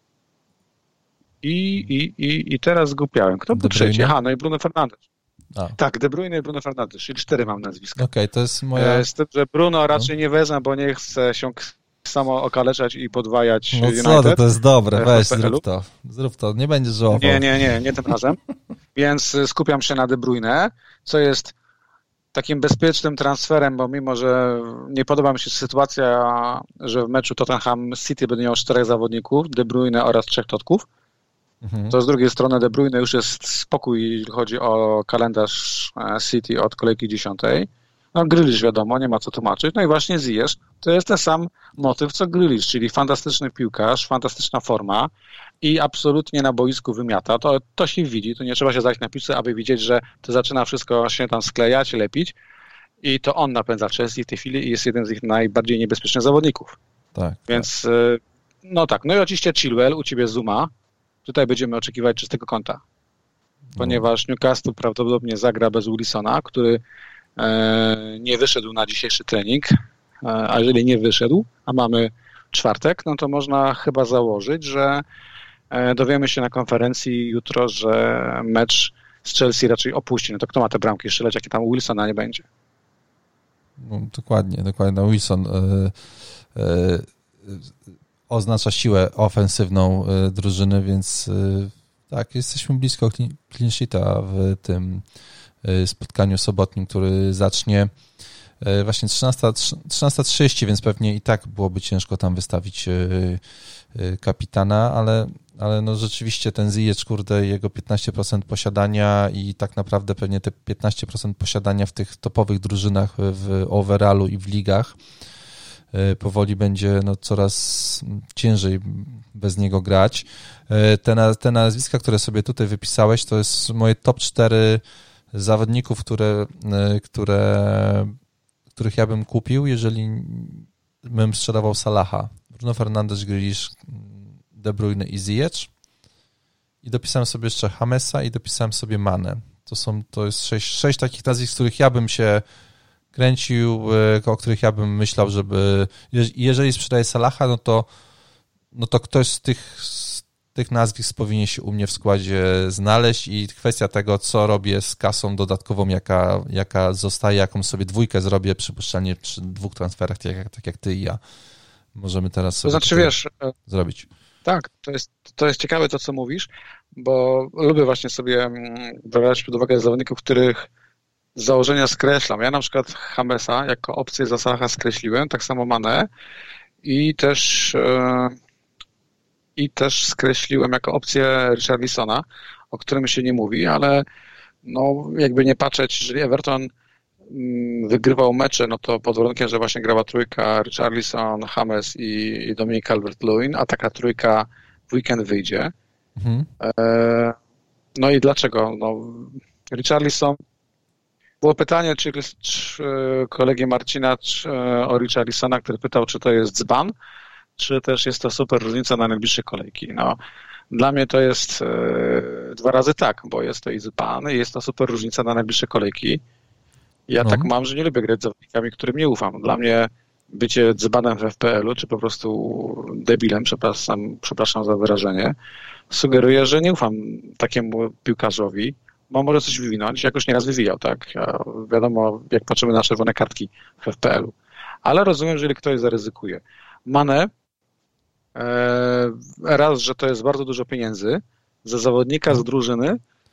i, i, i, i teraz zgubiałem. Kto był trzeci? Aha, no i Bruno Fernandes. A. Tak, De Bruyne i Bruno Fernandes, czyli cztery mam nazwiska. Okej, okay, to jest moja... Z tym, że Bruno raczej no. nie wezmę, bo nie chcę się samo okaleczać i podwajać no United. No co, to, to jest dobre, weź, zrób to. Zrób to, nie będziesz żałował. Nie, nie, nie, nie tym razem. Więc skupiam się na De Bruyne, co jest takim bezpiecznym transferem, bo mimo, że nie podoba mi się sytuacja, że w meczu Tottenham City będzie miał czterech zawodników, De Bruyne oraz trzech totków, mhm. to z drugiej strony De Bruyne już jest spokój, jeśli chodzi o kalendarz City od kolejki dziesiątej. No Grealish wiadomo, nie ma co tłumaczyć. No i właśnie Ziyech to jest ten sam motyw co Grealish, czyli fantastyczny piłkarz, fantastyczna forma i absolutnie na boisku wymiata. To, to się widzi, to nie trzeba się zdać na piłce, aby widzieć, że to zaczyna wszystko się tam sklejać, lepić i to on napędza Chelsea w tej chwili i jest jeden z ich najbardziej niebezpiecznych zawodników. Tak. Więc tak. no tak, no i oczywiście Chilwell, u ciebie Zuma. Tutaj będziemy oczekiwać czystego kąta, ponieważ Newcastle prawdopodobnie zagra bez Wilsona, który nie wyszedł na dzisiejszy trening, a jeżeli nie wyszedł, a mamy czwartek, no to można chyba założyć, że dowiemy się na konferencji jutro, że mecz z Chelsea raczej opuści. No to kto ma te bramki strzelać, jakie tam Wilsona nie będzie? No, dokładnie, dokładnie. Wilson yy, yy, oznacza siłę ofensywną yy, drużyny, więc yy, tak, jesteśmy blisko clean sheeta w tym spotkaniu sobotnim, który zacznie właśnie trzynasta trzydzieści, więc pewnie i tak byłoby ciężko tam wystawić kapitana, ale, ale no rzeczywiście ten Ziyech, kurde, jego piętnaście procent posiadania i tak naprawdę pewnie te piętnaście procent posiadania w tych topowych drużynach w overallu i w ligach powoli będzie no, coraz ciężej bez niego grać. Te, te nazwiska, które sobie tutaj wypisałeś, to jest moje top cztery zawodników, które, które, których ja bym kupił, jeżeli bym sprzedawał Salaha. Bruno Fernandes, Grealish, De Bruyne i Ziyech. I dopisałem sobie jeszcze Jamesa i dopisałem sobie Mane. To są, to jest sześć, sześć takich nazwisk, z których ja bym się kręcił, o których ja bym myślał, żeby... Jeżeli sprzedaję Salaha, no to, no to ktoś z tych tych nazwisk powinien się u mnie w składzie znaleźć i kwestia tego, co robię z kasą dodatkową, jaka, jaka zostaje, jaką sobie dwójkę zrobię, przypuszczalnie przy dwóch transferach, tak jak, tak jak ty i ja. Możemy teraz sobie to znaczy, wiesz, zrobić. Tak, to jest, to jest ciekawe to, co mówisz, bo lubię właśnie sobie brać pod uwagę zawodników, których z założenia skreślam. Ja na przykład Jamesa jako opcję za Salaha skreśliłem, tak samo Mane i też... Yy... I też skreśliłem jako opcję Richarlisona, o którym się nie mówi, ale no jakby nie patrzeć, jeżeli Everton wygrywał mecze, no to pod warunkiem, że właśnie grała trójka Richarlison, James i, i Dominic Calvert-Lewin, a taka trójka w weekend wyjdzie. Mhm. E, no i dlaczego? No, Richarlison Było pytanie, czy, czy kolegi Marcina czy, o Richarlisona, który pytał, czy to jest dzban, czy też jest to super różnica na najbliższe kolejki. No, dla mnie to jest e, dwa razy tak, bo jest to i dzban, i jest to super różnica na najbliższe kolejki. Ja no. tak mam, że nie lubię grać z zawodnikami, którym nie ufam. Dla mnie bycie dzbanem w F P L-u, czy po prostu debilem, przepraszam, przepraszam za wyrażenie, sugeruje, że nie ufam takiemu piłkarzowi, bo może coś wywinąć, jak już nieraz wywijał, tak? Ja, wiadomo, jak patrzymy na czerwone kartki w F P L-u. Ale rozumiem, że jeżeli ktoś zaryzykuje. Mane, e, raz, że to jest bardzo dużo pieniędzy za zawodnika z drużyny.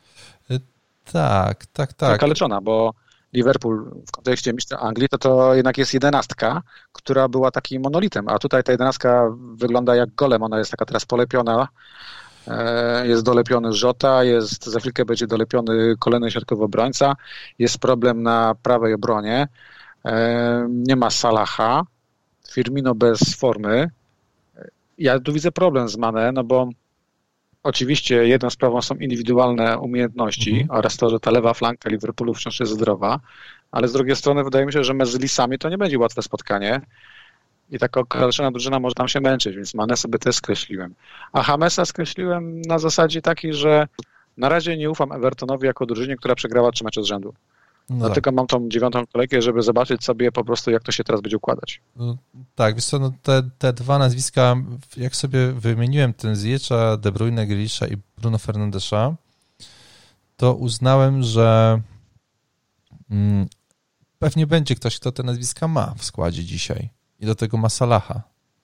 Tak, tak, tak. Okaleczona, bo Liverpool w kontekście mistrza Anglii to to jednak jest jedenastka, która była takim monolitem, a tutaj ta jedenastka wygląda jak golem, ona jest taka teraz polepiona, jest dolepiony Żota, jest, za chwilkę będzie dolepiony kolejny środkowy obrońca, jest problem na prawej obronie, nie ma Salaha, Firmino bez formy. Ja tu widzę problem z Mane, no bo oczywiście jedną sprawą są indywidualne umiejętności mhm. oraz to, że ta lewa flanka Liverpoolu wciąż jest zdrowa, ale z drugiej strony wydaje mi się, że mecz z Lisami to nie będzie łatwe spotkanie i taka okaleczona drużyna może tam się męczyć, więc Mane sobie też skreśliłem. A Jamesa skreśliłem na zasadzie takiej, że na razie nie ufam Evertonowi jako drużynie, która przegrała trzy mecze z rzędu. No Dlatego tak. mam tą dziewiątą kolejkę, żeby zobaczyć sobie po prostu, jak to się teraz będzie układać. No, tak, wiesz co, no te, te dwa nazwiska, jak sobie wymieniłem ten Ziyech'a, De Bruyne, Grealisha i Bruno Fernandesza, to uznałem, że mm, pewnie będzie ktoś, kto te nazwiska ma w składzie dzisiaj. I do tego ma Salaha.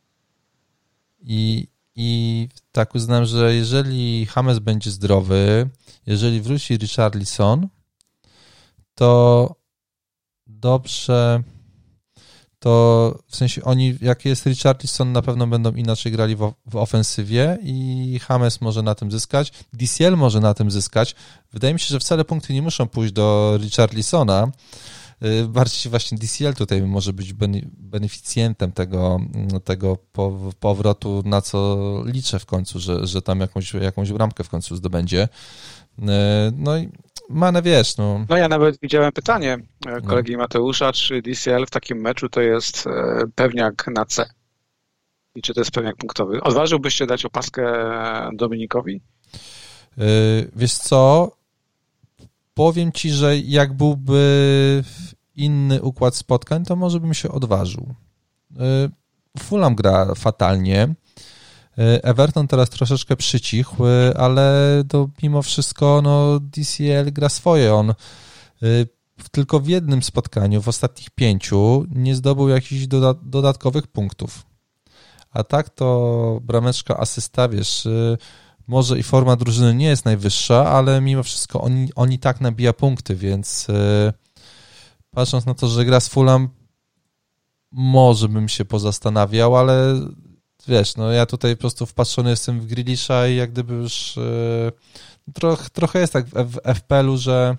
I, i tak uznałem, że jeżeli James będzie zdrowy, jeżeli wróci Richarlison, to dobrze, to w sensie oni, jak jest Richarlison, na pewno będą inaczej grali w, w ofensywie i James może na tym zyskać, D C L może na tym zyskać. Wydaje mi się, że wcale punkty nie muszą pójść do Richarlisona, bardziej właśnie D C L tutaj może być beneficjentem tego, tego powrotu, na co liczę w końcu, że, że tam jakąś, jakąś bramkę w końcu zdobędzie. No i Mane, wiesz, no. No ja nawet widziałem pytanie kolegi no. Mateusza, czy D C L w takim meczu to jest pewniak na C? I czy to jest pewniak punktowy? Odważyłbyś się dać opaskę Dominikowi? Yy, wiesz co? Powiem ci, że jak byłby inny układ spotkań, to może bym się odważył. Yy, Fulham gra fatalnie. Everton teraz troszeczkę przycichł, ale to mimo wszystko no, D C L gra swoje. On tylko w jednym spotkaniu, w ostatnich pięciu, nie zdobył jakichś doda- dodatkowych punktów. A tak to brameczka, asysta, wiesz, może i forma drużyny nie jest najwyższa, ale mimo wszystko on, on i tak nabija punkty, więc patrząc na to, że gra z Fulham, może bym się pozastanawiał, ale wiesz, no ja tutaj po prostu wpatrzony jestem w Grealisha i jak gdyby już yy, troch, trochę jest tak w, w F P L-u, że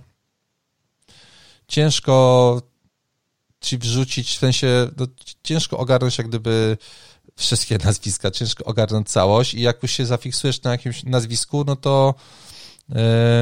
ciężko ci wrzucić, w sensie no, ciężko ogarnąć jak gdyby wszystkie nazwiska, ciężko ogarnąć całość i jak już się zafiksujesz na jakimś nazwisku, no to yy,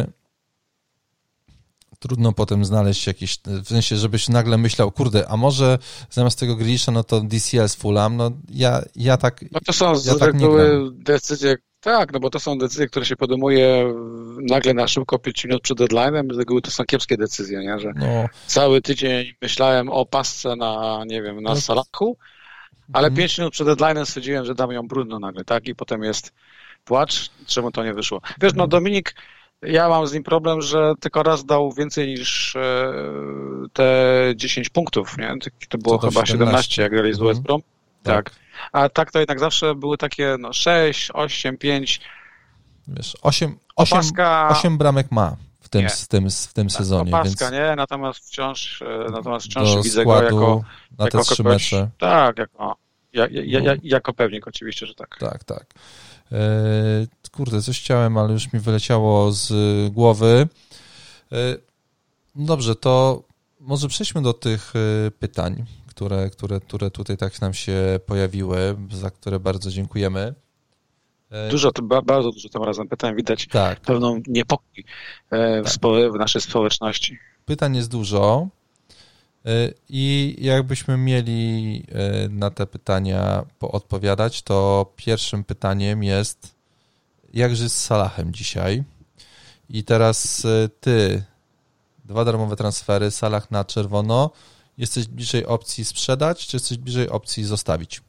trudno potem znaleźć jakieś, w sensie, żebyś nagle myślał, kurde, a może zamiast tego Grealisha, no to D C L z Fulham, no ja, ja tak No to są z reguły tak decyzje, tak, no bo to są decyzje, które się podejmuje nagle na szybko pięć minut przed deadline'em, z reguły to są kiepskie decyzje, nie, że no. cały tydzień myślałem o pasce na, nie wiem, na no. Salachu, ale hmm. pięć minut przed deadline'em stwierdziłem, że dam ją Bruno nagle, tak, i potem jest płacz, czemu to nie wyszło. Wiesz, no Dominik, ja mam z nim problem, że tylko raz dał więcej niż te dziesięć punktów, nie? To było to chyba siedemnaście, jak grali z West Brom. Tak. tak. A tak to jednak zawsze były takie no sześć, osiem, pięć. Wiesz, osiem, osiem, opaska... osiem bramek ma w tym, w tym, w tym sezonie. Opaska, więc... nie? Natomiast wciąż, natomiast wciąż widzę go jako, na te jako trzy kogoś, mecze. Tak, jako, ja, ja, ja, jako pewnik oczywiście, że tak. Tak, tak. Kurde, coś chciałem, ale już mi wyleciało z głowy. Dobrze, to może przejdźmy do tych pytań, które, które, które tutaj tak nam się pojawiły, za które bardzo dziękujemy. Dużo, bardzo dużo tym razem pytań, widać tak. pewną niepokój w, spo, w naszej społeczności. pytań jest dużo i jakbyśmy mieli na te pytania odpowiadać, to pierwszym pytaniem jest, jak żyć z Salahem dzisiaj? I teraz ty, dwa darmowe transfery, Salah na czerwono, jesteś bliżej opcji sprzedać, czy jesteś bliżej opcji zostawić?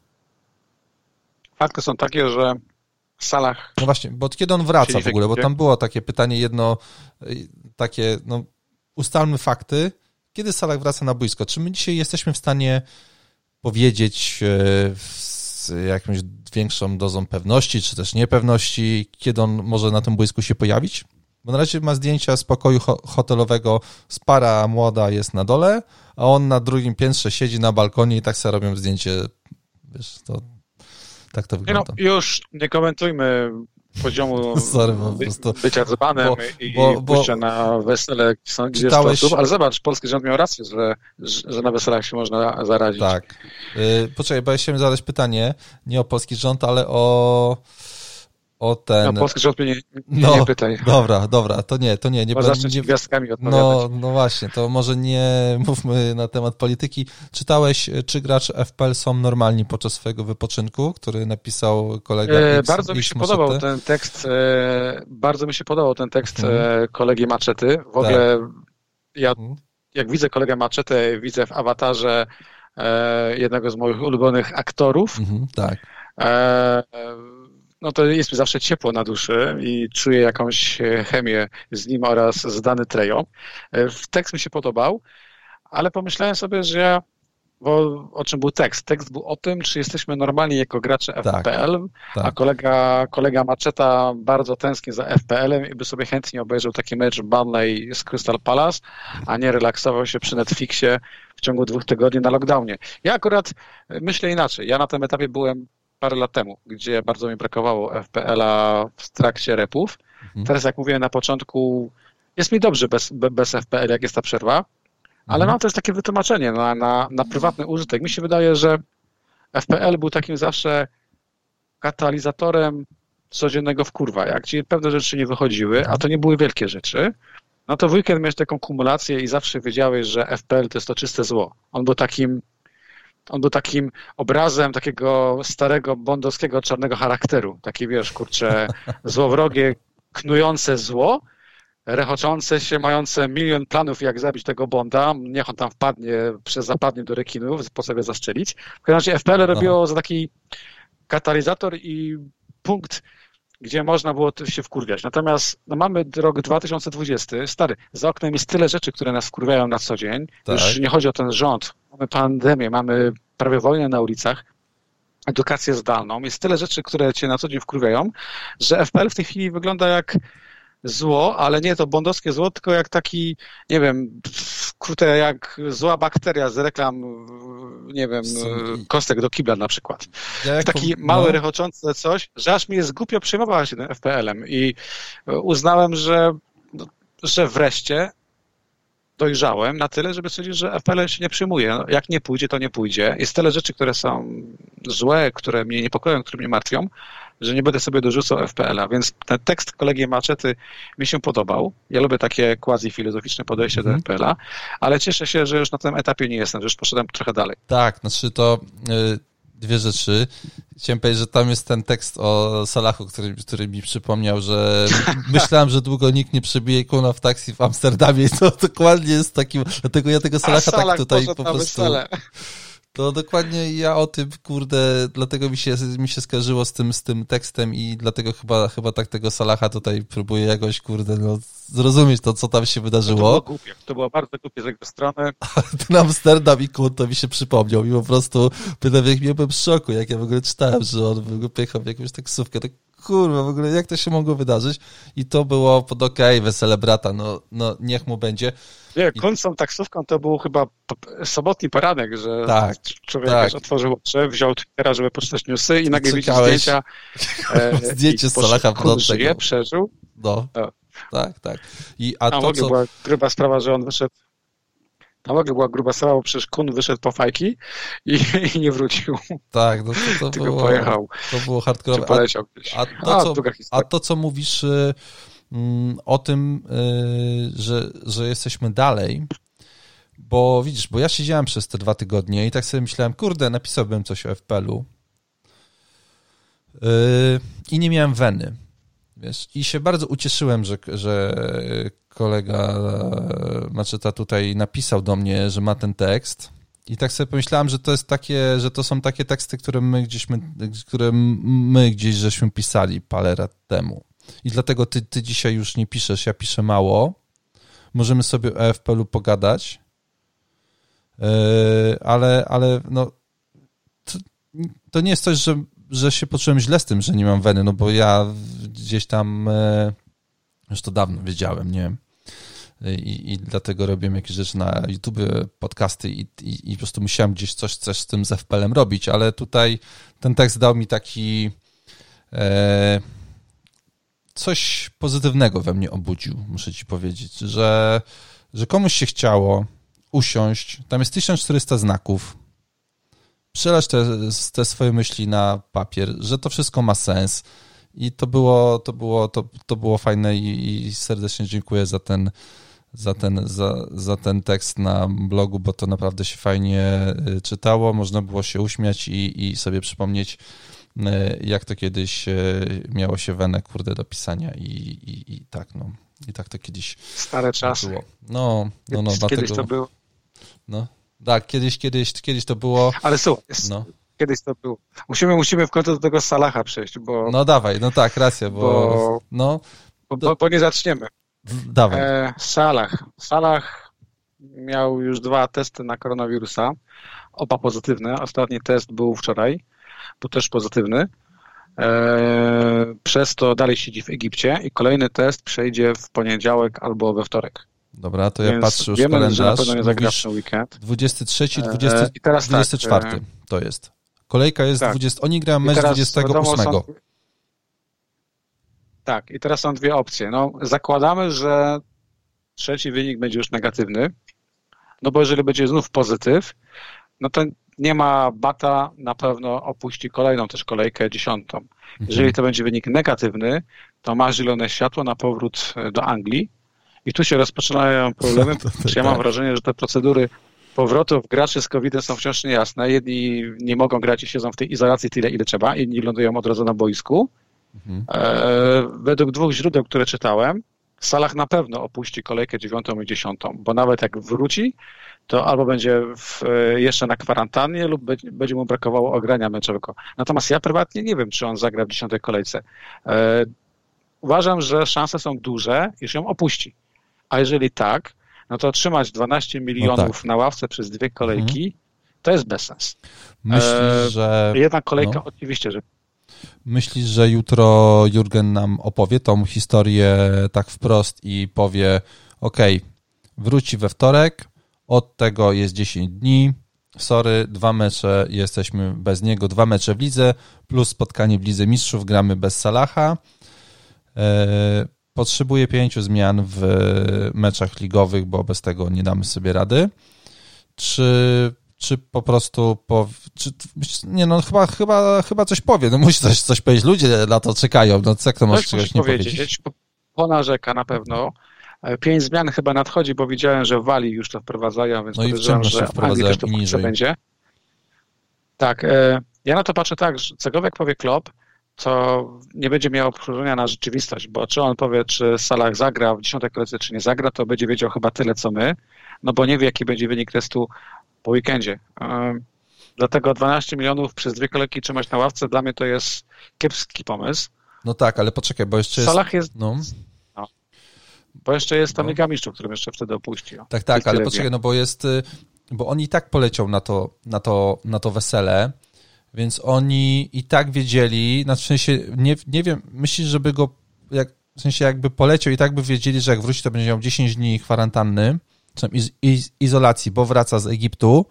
Fakty są takie, że Salah... No właśnie, bo kiedy on wraca w ogóle, bo tam było takie pytanie jedno, takie, no ustalmy fakty, kiedy Salah wraca na boisko? Czy my dzisiaj jesteśmy w stanie powiedzieć z jakąś większą dozą pewności, czy też niepewności, kiedy on może na tym boisku się pojawić? Bo na razie ma zdjęcia z pokoju hotelowego, z para młoda jest na dole, a on na drugim piętrze siedzi na balkonie i tak sobie robią zdjęcie, wiesz, to tak to wygląda. No, już nie komentujmy poziomu Sorry, bo by, po prostu, bycia dzbanem bo, i bo, pójścia bo, na wesele, gdzie czytałeś... osób, ale zobacz, polski rząd miał rację, że, że na weselach się można zarazić. Tak. Yy, poczekaj, bo ja chciałem zadać pytanie, nie o polski rząd, ale o o ten... No, polski rząd mnie nie, nie, no, nie pytaj. Dobra, dobra, to nie, to nie. nie Bo zacząć nie... gwiazdkami odpowiadać. No, no właśnie, to może nie mówmy na temat polityki. Czytałeś, czy gracze F P L są normalni podczas swojego wypoczynku, który napisał kolega e, X, Bardzo X mi się Moszety. podobał ten tekst, e, bardzo mi się podobał ten tekst hmm. e, kolegi Maczety. W ogóle tak. ja, jak widzę kolegę Maczetę, widzę w awatarze e, jednego z moich ulubionych aktorów. Mhm, tak. E, no to jest mi zawsze ciepło na duszy i czuję jakąś chemię z nim oraz z Dany Trejo. Tekst mi się podobał, ale pomyślałem sobie, że ja, bo o czym był tekst? Tekst był o tym, czy jesteśmy normalni jako gracze F P L, tak, a tak. kolega, kolega Maczeta bardzo tęskni za F P L-em i by sobie chętnie obejrzał taki mecz Burnley z Crystal Palace, a nie relaksował się przy Netflixie w ciągu dwóch tygodni na lockdownie. Ja akurat myślę inaczej. Ja na tym etapie byłem parę lat temu, gdzie bardzo mi brakowało F P L-a w trakcie repów. Mhm. Teraz, jak mówiłem na początku, jest mi dobrze bez, bez F P L, jak jest ta przerwa, ale mhm. mam też takie wytłumaczenie na, na, na prywatny użytek. Mi się wydaje, że F P L był takim zawsze katalizatorem codziennego wkurwa. Jak ci pewne rzeczy nie wychodziły, a to nie były wielkie rzeczy, no to w weekend miałeś taką kumulację i zawsze wiedziałeś, że F P L to jest to czyste zło. On był takim On był takim obrazem takiego starego, bondowskiego, czarnego charakteru. Taki, wiesz, kurczę, złowrogie, knujące zło, rechoczące się, mające milion planów, jak zabić tego Bonda. Niech on tam wpadnie, przez zapadnie do rekinów, po sobie zastrzelić. W każdym razie F P L robiło no. za taki katalizator i punkt, gdzie można było się wkurwiać. Natomiast no, mamy rok dwa tysiące dwudziesty, stary, za oknem jest tyle rzeczy, które nas wkurwiają na co dzień. Tak. Już nie chodzi o ten rząd. Mamy pandemię, mamy prawie wojnę na ulicach, edukację zdalną. Jest tyle rzeczy, które cię na co dzień wkurwiają, że F P L w tej chwili wygląda jak zło, ale nie to bondowskie zło, tylko jak taki, nie wiem, krótko jak zła bakteria z reklam, nie wiem, kostek do kibla na przykład. Ja taki po... mały, no. rechoczące coś, że aż mi jest głupio przejmować się tym F P L-em i uznałem, że, że wreszcie dojrzałem na tyle, żeby stwierdzić, że F P L się nie przyjmuje. No, jak nie pójdzie, to nie pójdzie. Jest tyle rzeczy, które są złe, które mnie niepokoją, które mnie martwią, że nie będę sobie dorzucał F P L-a. Więc ten tekst kolegi Maczety mi się podobał. Ja lubię takie quasi-filozoficzne podejście mm. do F P L-a, ale cieszę się, że już na tym etapie nie jestem, że już poszedłem trochę dalej. Tak, znaczy to yy, dwie rzeczy. Chciałem powiedzieć, że tam jest ten tekst o Salachu, który, który mi przypomniał, że myślałem, że długo nikt nie przebije kuna w taksi w Amsterdamie i to dokładnie jest takim, dlatego ja tego Salacha Salach tak tutaj po prostu... Wesele. To dokładnie ja o tym, kurde, dlatego mi się, mi się skarżyło z tym, z tym tekstem i dlatego chyba, chyba tak tego Salaha tutaj próbuję jakoś, kurde, no, zrozumieć to, co tam się wydarzyło. To było głupie, to było bardzo głupie z jego strony. Ten Amsterdam i kun to mi się przypomniał i po prostu pytam, jak miałem w szoku, jak ja w ogóle czytałem, że on w ogóle pojechał w jakąś taksówkę, tak kurwa, w ogóle jak to się mogło wydarzyć? I to było pod okej, okay, wesele brata, no, no niech mu będzie. Nie, końcem taksówką to był chyba sobotni poranek, że tak, człowiek tak. otworzył oczy, wziął Twittera, żeby poczytać newsy i nagle widzi zdjęcia. E, Zdjęcie z Salaha w żyje, przeżył. No, no, tak, tak. I, a Tam to, w ogóle co... była gruba sprawa, że on wyszedł Tam w ogóle była gruba sprawa, bo przecież Kun wyszedł po fajki i, i nie wrócił. Tak, no to, to tylko było, pojechał. To było hardkorowe. Poleciał a, a, to, co, a to, co mówisz o tym, że, że jesteśmy dalej, bo widzisz, bo ja siedziałem przez te dwa tygodnie i tak sobie myślałem, kurde, napisałbym coś o F P L-u i nie miałem weny, wiesz, i się bardzo ucieszyłem, że, że kolega Maczeta tutaj napisał do mnie, że ma ten tekst. I tak sobie pomyślałem, że to jest takie, że to są takie teksty, które my gdzieś, my, które my gdzieś żeśmy pisali parę lat temu. I dlatego ty, ty dzisiaj już nie piszesz, ja piszę mało. Możemy sobie o F P L-u pogadać, yy, ale, ale no, to, to nie jest coś, że, że się poczułem źle z tym, że nie mam weny, no bo ja gdzieś tam, yy, już to dawno wiedziałem, nie? I, i dlatego robiłem jakieś rzeczy na YouTube, podcasty i, i, i po prostu musiałem gdzieś coś, coś z tym z F P L-em robić, ale tutaj ten tekst dał mi taki e, coś pozytywnego we mnie obudził, muszę ci powiedzieć, że, że komuś się chciało usiąść, tam jest tysiąc czterysta znaków, przelać te, te swoje myśli na papier, że to wszystko ma sens i to było, to było, to, to było fajne i, i serdecznie dziękuję za ten za ten, za, za ten tekst na blogu, bo to naprawdę się fajnie czytało, można było się uśmiać i, i sobie przypomnieć, jak to kiedyś miało się wenę, kurde, do pisania i, i, i tak, no. I tak to kiedyś stare czasy. było. No, no, no. Kiedyś, dlatego, kiedyś to było. No, tak, kiedyś, kiedyś, kiedyś to było. Ale słuchaj, no. kiedyś to było. Musimy, musimy w końcu do tego Salaha przejść, bo... No dawaj, no tak, racja, bo... bo no, bo, bo, bo nie zaczniemy. Dawaj. E, Salah. Salah miał już dwa testy na koronawirusa, oba pozytywne. Ostatni test był wczoraj, był też pozytywny. E, przez to dalej siedzi w Egipcie i kolejny test przejdzie w poniedziałek albo we wtorek. Dobra, to ja Więc patrzę już wiemy, kalendarz. że na pewno nie zagra w ten weekend. dwudziesty trzeci, dwudziesty, I teraz dwudziesty czwarty tak, to jest. Kolejka jest tak. dwudziestego. Oni grają mecz dwudziestego ósmego. Są... Tak, i teraz są dwie opcje. No, zakładamy, że trzeci wynik będzie już negatywny, no bo jeżeli będzie znów pozytyw, no to nie ma bata, na pewno opuści kolejną też kolejkę, dziesiątą. Jeżeli Mhm. to będzie wynik negatywny, to ma zielone światło na powrót do Anglii i tu się rozpoczynają problemy, to, to, to, ja tak. mam wrażenie, że te procedury powrotów graczy z kowidem są wciąż niejasne. Jedni nie mogą grać i siedzą w tej izolacji tyle, ile trzeba, inni lądują od razu na boisku. Mhm. E, według dwóch źródeł, które czytałem, Salah na pewno opuści kolejkę dziewiątą i dziesiątą, bo nawet jak wróci, to albo będzie w, jeszcze na kwarantannie lub będzie, będzie mu brakowało ogrania meczowego. Natomiast ja prywatnie nie wiem, czy on zagra w dziesiątej kolejce. E, uważam, że szanse są duże, iż ją opuści. A jeżeli tak, no to trzymać dwanaście milionów no tak. na ławce przez dwie kolejki, mhm. to jest bezsens. Myślisz, e, że... Jedna kolejka, no. oczywiście, że Myślisz, że jutro Jurgen nam opowie tą historię tak wprost i powie, okej, okay, wróci we wtorek, od tego jest dziesięć dni, sorry, dwa mecze, jesteśmy bez niego, dwa mecze w lidze, plus spotkanie w Lidze Mistrzów, gramy bez Salaha. E, potrzebuje pięciu zmian w meczach ligowych, bo bez tego nie damy sobie rady. Czy... czy po prostu, po, czy, nie no, chyba, chyba, chyba coś powie, no musi coś, coś powiedzieć, ludzie na to czekają, no jak to możesz czegoś nie powiedzieć? powiedzieć? Ponarzeka na pewno, pięć zmian chyba nadchodzi, bo widziałem, że w Walii już to wprowadzają, więc no podejrzewam, że w Anglii też to niżej będzie. Tak, ja na to patrzę tak, że cokolwiek powie Klopp, to nie będzie miało przełożenia na rzeczywistość, bo czy on powie, czy Salah zagra w dziesiątej kolejce, czy nie zagra, to będzie wiedział chyba tyle, co my, no bo nie wie, jaki będzie wynik testu po weekendzie. Um, dlatego dwanaście milionów przez dwie kolejki trzymać na ławce, dla mnie to jest kiepski pomysł. No tak, ale poczekaj, bo jeszcze jest... Salah jest... No. No. Bo jeszcze jest ta no. Liga Mistrzów, którym jeszcze wtedy opuści. O. Tak, tak, ale poczekaj, no bo jest... Bo oni i tak poleciał na to, na to, na to wesele, więc oni i tak wiedzieli, znaczy w sensie, nie, nie wiem, myślisz, żeby go, jak, w sensie jakby poleciał i tak by wiedzieli, że jak wróci, to będzie miał dziesięć dni kwarantanny, czy iz, iz, izolacji, bo wraca z Egiptu,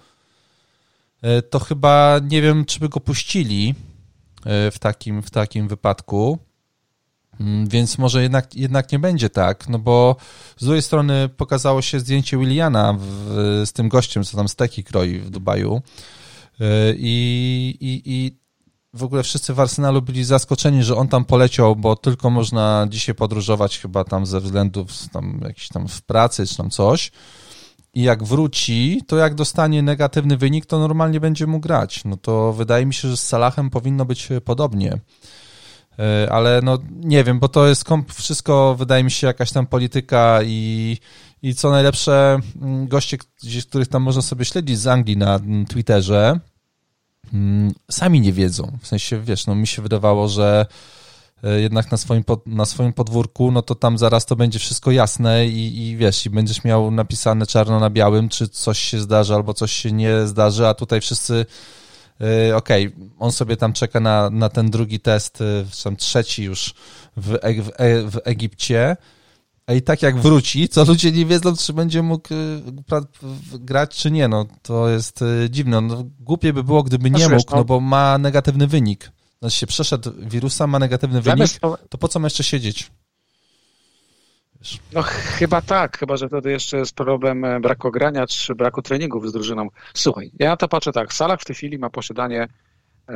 to chyba nie wiem, czy by go puścili w takim, w takim wypadku, więc może jednak, jednak nie będzie tak, no bo z drugiej strony pokazało się zdjęcie Williana w, z tym gościem, co tam steki kroi w Dubaju i, i, i w ogóle wszyscy w Arsenalu byli zaskoczeni, że on tam poleciał, bo tylko można dzisiaj podróżować chyba tam ze względów tam jakiś tam w pracy czy tam coś. I jak wróci, to jak dostanie negatywny wynik, to normalnie będzie mógł grać. No to wydaje mi się, że z Salahem powinno być podobnie. Ale no nie wiem, bo to jest wszystko, wydaje mi się, jakaś tam polityka i, i co najlepsze, goście, których tam można sobie śledzić z Anglii na Twitterze, sami nie wiedzą. W sensie, wiesz, no mi się wydawało, że jednak na swoim, pod, na swoim podwórku, no to tam zaraz to będzie wszystko jasne i, i wiesz, i będziesz miał napisane czarno na białym, czy coś się zdarzy albo coś się nie zdarzy, a tutaj wszyscy okej, okay, on sobie tam czeka na, na ten drugi test, tam trzeci już w, w, w Egipcie, a i tak jak wróci, to ludzie nie wiedzą, czy będzie mógł grać, czy nie, no to jest dziwne. No, głupie by było, gdyby nie mógł, no bo ma negatywny wynik. Znaczy się przeszedł wirusa, ma negatywny wynik, to po co ma jeszcze siedzieć? Wiesz. No chyba tak, chyba że wtedy jeszcze jest problem braku grania czy braku treningów z drużyną. Słuchaj, ja na to patrzę tak, Salah w tej chwili ma posiadanie e,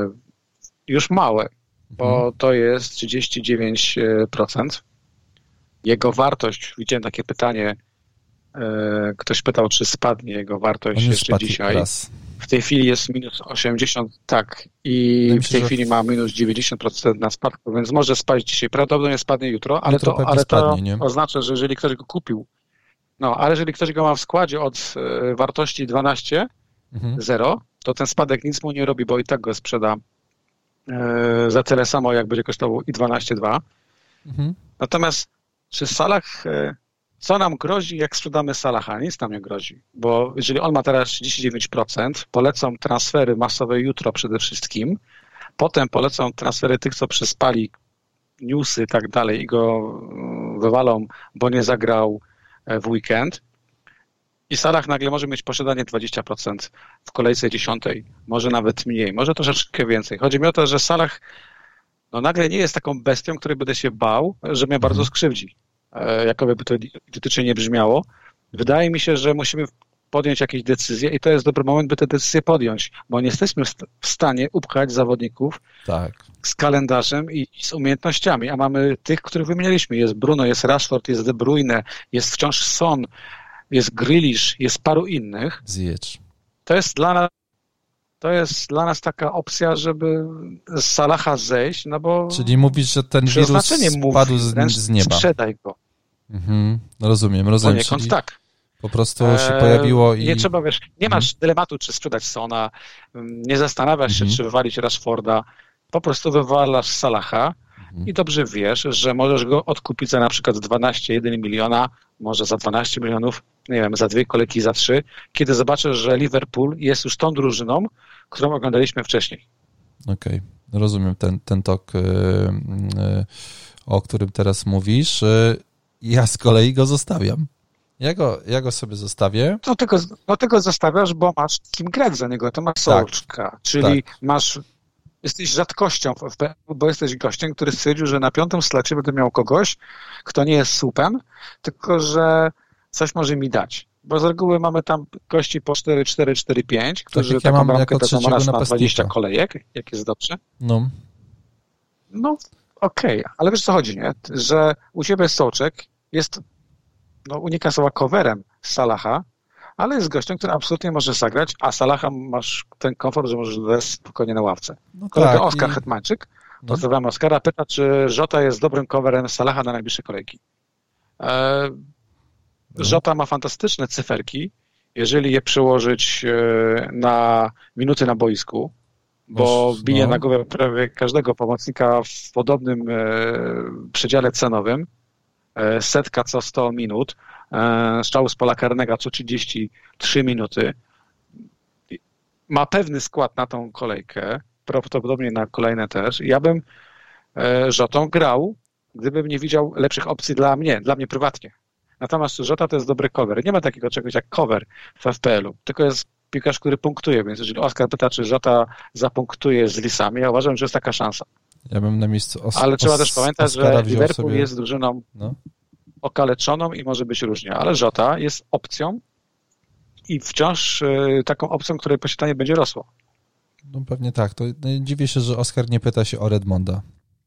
już małe, mhm. bo to jest trzydzieści dziewięć procent. Jego wartość, widziałem takie pytanie, e, ktoś pytał, czy spadnie jego wartość On jeszcze dzisiaj. Raz. W tej chwili jest minus osiemdziesiąt, tak, i myślę, w tej chwili ma minus dziewięćdziesiąt procent na spadku, więc może spaść dzisiaj, prawdopodobnie spadnie jutro, ale jutro to, ale spadnie, to oznacza, że jeżeli ktoś go kupił, no, ale jeżeli ktoś go ma w składzie od e, wartości dwanaście zero, mhm. to ten spadek nic mu nie robi, bo i tak go sprzeda e, za tyle samo, jak będzie kosztował i dwanaście dwa. Mhm. Natomiast czy Salah... E, Co nam grozi, jak sprzedamy Salaha? Nic nam nie grozi, bo jeżeli on ma teraz trzydzieści dziewięć procent, polecą transfery masowe jutro przede wszystkim, potem polecą transfery tych, co przespali newsy i tak dalej i go wywalą, bo nie zagrał w weekend. I Salah nagle może mieć posiadanie dwadzieścia procent w kolejce dziesiątej, może nawet mniej, może troszeczkę więcej. Chodzi mi o to, że Salah no, nagle nie jest taką bestią, której będę się bał, że mnie bardzo skrzywdzi. Jakoby by to idiotycznie nie brzmiało. Wydaje mi się, że musimy podjąć jakieś decyzje i to jest dobry moment, by te decyzje podjąć, bo nie jesteśmy w stanie upchać zawodników tak. z kalendarzem i, i z umiejętnościami, a mamy tych, których wymienialiśmy. Jest Bruno, jest Rashford, jest De Bruyne, jest wciąż Son, jest Grealish, jest paru innych. Zjedź. To jest dla nas To jest dla nas taka opcja, żeby z Salaha zejść, no bo... Czyli mówisz, że ten wirus spadł z, z nieba. Sprzedaj go. Mhm. Rozumiem, rozumiem. Poniekąd czyli tak. Po prostu się pojawiło i... Nie trzeba, wiesz, nie masz mhm. dylematu, czy sprzedać Sona, nie zastanawiasz się, mhm. czy wywalić Rashforda, po prostu wywalasz Salaha mhm. i dobrze wiesz, że możesz go odkupić za na przykład dwanaście jeden miliona, może za dwanaście milionów, nie wiem, za dwie kolejki, za trzy, kiedy zobaczysz, że Liverpool jest już tą drużyną, którą oglądaliśmy wcześniej. Okej, okay. Rozumiem ten, ten tok, yy, yy, o którym teraz mówisz. Yy, ja z kolei go zostawiam. Ja go, ja go sobie zostawię. No tego, no tego zostawiasz, bo masz kim grać za niego, to masz Sołczka, tak, czyli tak. masz, jesteś rzadkością, bo jesteś gościem, który stwierdził, że na piątym slecie będę miał kogoś, kto nie jest słupem, tylko że coś może mi dać. Bo z reguły mamy tam gości po cztery cztery cztery pięć, którzy tak, taką ja bramkę dadzą raz na dwadzieścia kolejek, jak jest dobrze. No. No, okej, okay. Ale wiesz co chodzi, nie? Że u ciebie Sołczek jest, no unika słowa coverem z Salaha, ale jest gościem, który absolutnie może zagrać, a Salaha masz ten komfort, że możesz dać spokojnie na ławce. No kolega tak, Oskar i... Hetmańczyk, no. Pozdrawiam Oskara, pyta, czy Żota jest dobrym coverem Salaha na najbliższe kolejki. E... Żota ma fantastyczne cyferki, jeżeli je przełożyć na minuty na boisku, bo Uż, bije no. na głowę prawie każdego pomocnika w podobnym przedziale cenowym. Setka co sto minut, strzał z pola karnego co trzydzieści trzy minuty. Ma pewny skład na tą kolejkę, prawdopodobnie na kolejne też. Ja bym Żotą grał, gdybym nie widział lepszych opcji dla mnie, dla mnie prywatnie. Natomiast Żota to jest dobry cover. Nie ma takiego czegoś jak cover w F P L-u, tylko jest piłkarz, który punktuje, więc jeżeli Oskar pyta, czy Żota zapunktuje z Lisami, ja uważam, że jest taka szansa. Ja bym na miejscu Os- Ale trzeba os- też pamiętać, że Liverpool sobie... jest drużyną no. okaleczoną i może być różnie, ale Żota jest opcją i wciąż y, taką opcją, której posiadanie będzie rosło. No pewnie tak. To dziwię się, że Oskar nie pyta się o Redmonda.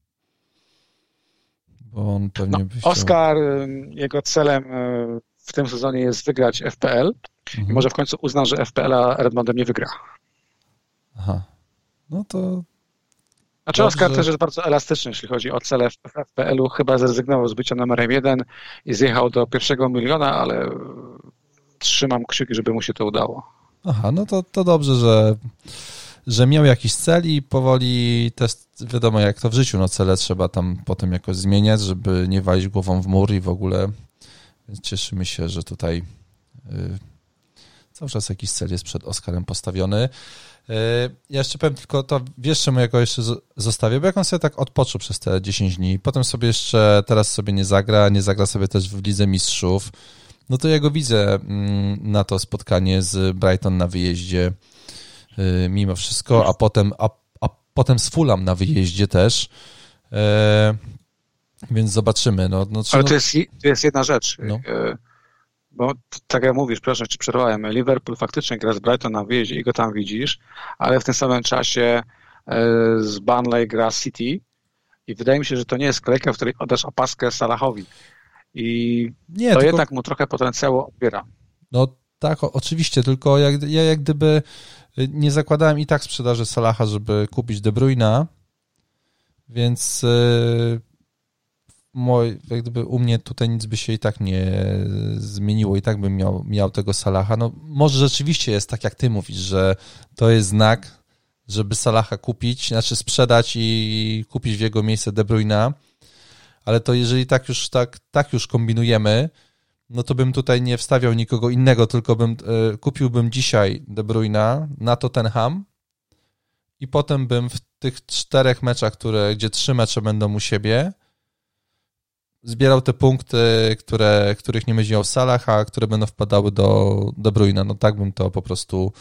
Bo on pewnie no, by chciał... Oskar, jego celem w tym sezonie jest wygrać F P L mhm. i może w końcu uzna, że F P L-a Redmondem nie wygra. Aha. No to... Znaczy Oskar też jest bardzo elastyczny, jeśli chodzi o cele w F P L-u. Chyba zrezygnował z bycia numerem jeden i zjechał do pierwszego miliona, ale trzymam kciuki, żeby mu się to udało. Aha, no to, to dobrze, że, że miał jakiś cel i powoli test, wiadomo jak to w życiu, no cele trzeba tam potem jakoś zmieniać, żeby nie walić głową w mur i w ogóle, więc cieszymy się, że tutaj yy, cały czas jakiś cel jest przed Oskarem postawiony. Yy, ja jeszcze powiem tylko to, wiesz czemu ja go jeszcze zostawię, bo jak on sobie tak odpoczął przez te dziesięć dni, potem sobie jeszcze, teraz sobie nie zagra, nie zagra sobie też w Lidze Mistrzów, no to ja go widzę na to spotkanie z Brighton na wyjeździe mimo wszystko, a potem, a, a potem z Fulham na wyjeździe też, e, więc zobaczymy. No, no, Ale no, to jest, to jest jedna rzecz, no. Bo tak jak mówisz, proszę, czy przerwałem, Liverpool faktycznie gra z Brighton na wyjeździe i go tam widzisz, ale w tym samym czasie z Burnley gra City i wydaje mi się, że to nie jest kolejka, w której oddasz opaskę Salahowi. I nie, to tylko... jednak mu trochę potencjału odbiera. No tak, o, oczywiście, tylko jak, ja jak gdyby nie zakładałem i tak sprzedaży Salaha, żeby kupić De Bruyna, więc yy, moj, jak gdyby u mnie tutaj nic by się i tak nie zmieniło, i tak bym miał, miał tego Salaha. No może rzeczywiście jest tak, jak ty mówisz, że to jest znak, żeby Salaha kupić, znaczy sprzedać i kupić w jego miejsce De Bruyna, ale to jeżeli tak już, tak, tak już kombinujemy, no to bym tutaj nie wstawiał nikogo innego, tylko bym y, kupiłbym dzisiaj De Bruyna na Tottenham i potem bym w tych czterech meczach, które, gdzie trzy mecze będą u siebie, zbierał te punkty, które, których nie będzie miał Salah, a które będą wpadały do De Bruyna. No tak bym to po prostu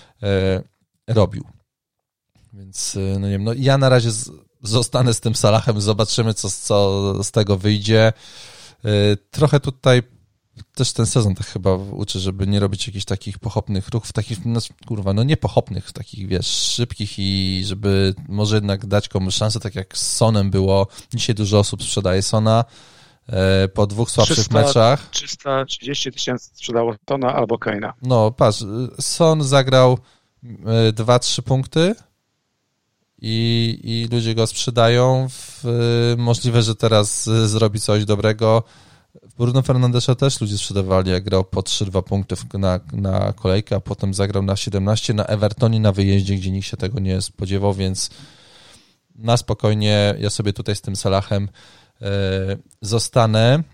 y, robił. Więc y, no nie wiem, no ja na razie z, zostanę z tym Salahem, zobaczymy, co, co z tego wyjdzie. Y, trochę tutaj też ten sezon tak chyba uczy, żeby nie robić jakichś takich pochopnych ruchów, takich, no, kurwa, no nie pochopnych, takich, wiesz, szybkich i żeby może jednak dać komuś szansę, tak jak z Sonem było. Dzisiaj dużo osób sprzedaje Sona e, po dwóch słabszych trzysta, meczach. trzysta trzydzieści tysięcy sprzedało Sona albo Kane'a. No, patrz, Son zagrał dwa trzy punkty i, i ludzie go sprzedają. W, możliwe, że teraz zrobi coś dobrego. Bruno Fernandesza też ludzie sprzedawali, jak grał po trzy dwa punkty na, na kolejkę, a potem zagrał na siedemnaście na Evertonie na wyjeździe, gdzie nikt się tego nie spodziewał, więc na spokojnie ja sobie tutaj z tym Salahem e, zostanę.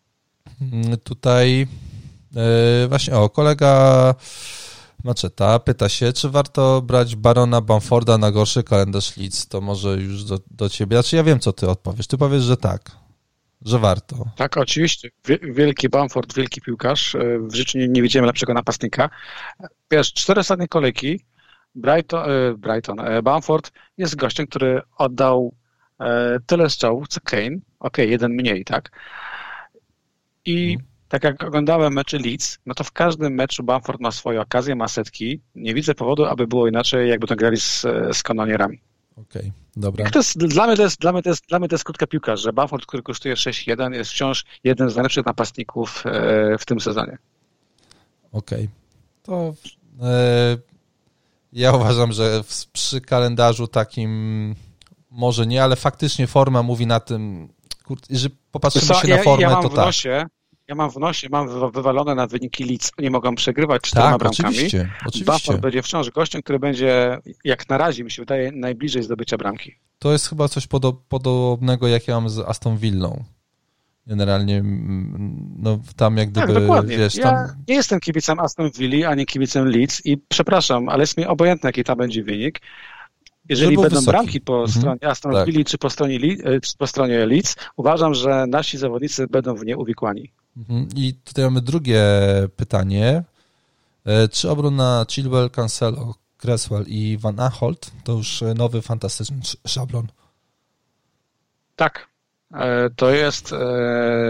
Tutaj e, właśnie, o, kolega Maczeta pyta się, czy warto brać Barona Bamforda na gorszy kalendarz Leeds? To może już do, do ciebie. Znaczy ja wiem, co ty odpowiesz. Ty powiesz, że tak. Że warto. Tak, oczywiście. Wielki Bamford, wielki piłkarz. W życiu nie, nie widziałem lepszego napastnika. Wiesz, cztery ostatnie kolejki Brighton, Brighton, Bamford jest gościem, który oddał tyle strzałów, co Kane. Okej, okay, jeden mniej, tak? I hmm. tak jak oglądałem mecze Leeds, no to w każdym meczu Bamford ma swoje okazje, ma setki. Nie widzę powodu, aby było inaczej, jakby to grali z, z kanonierami. Okej, okay, dobra. To jest, dla, mnie to jest, dla, mnie to jest, dla mnie to jest krótka piłka, że Bamford, który kosztuje sześć jeden, jest wciąż jeden z najlepszych napastników e, w tym sezonie. Okej. Okay. To e, ja uważam, że w, przy kalendarzu takim może nie, ale faktycznie forma mówi na tym, kur, że popatrzymy Co, się ja, na formę, ja mam to w nosie, tak. Ja mam w nosie, mam wywalone na wyniki Leeds, nie mogą przegrywać czterema tak, bramkami. Oczywiście, oczywiście. Bamford będzie wciąż gościem, który będzie, jak na razie mi się wydaje, najbliżej zdobycia bramki. To jest chyba coś podo- podobnego, jak ja mam z Aston Villą. Generalnie, no tam jak gdyby, tak, dokładnie. wiesz, ja tam... nie jestem kibicem Aston Villi, ani kibicem Leeds i przepraszam, ale jest mi obojętne, jaki tam będzie wynik. Jeżeli będą wysoki. Bramki po mhm. stronie Aston tak. Villa czy po stronie, czy po stronie Leeds, uważam, że nasi zawodnicy będą w nie uwikłani. Mhm. I tutaj mamy drugie pytanie. Czy obrona Chilwell, Cancelo, Cresswell i Van Aanholt to już nowy, fantastyczny szablon? Tak. To jest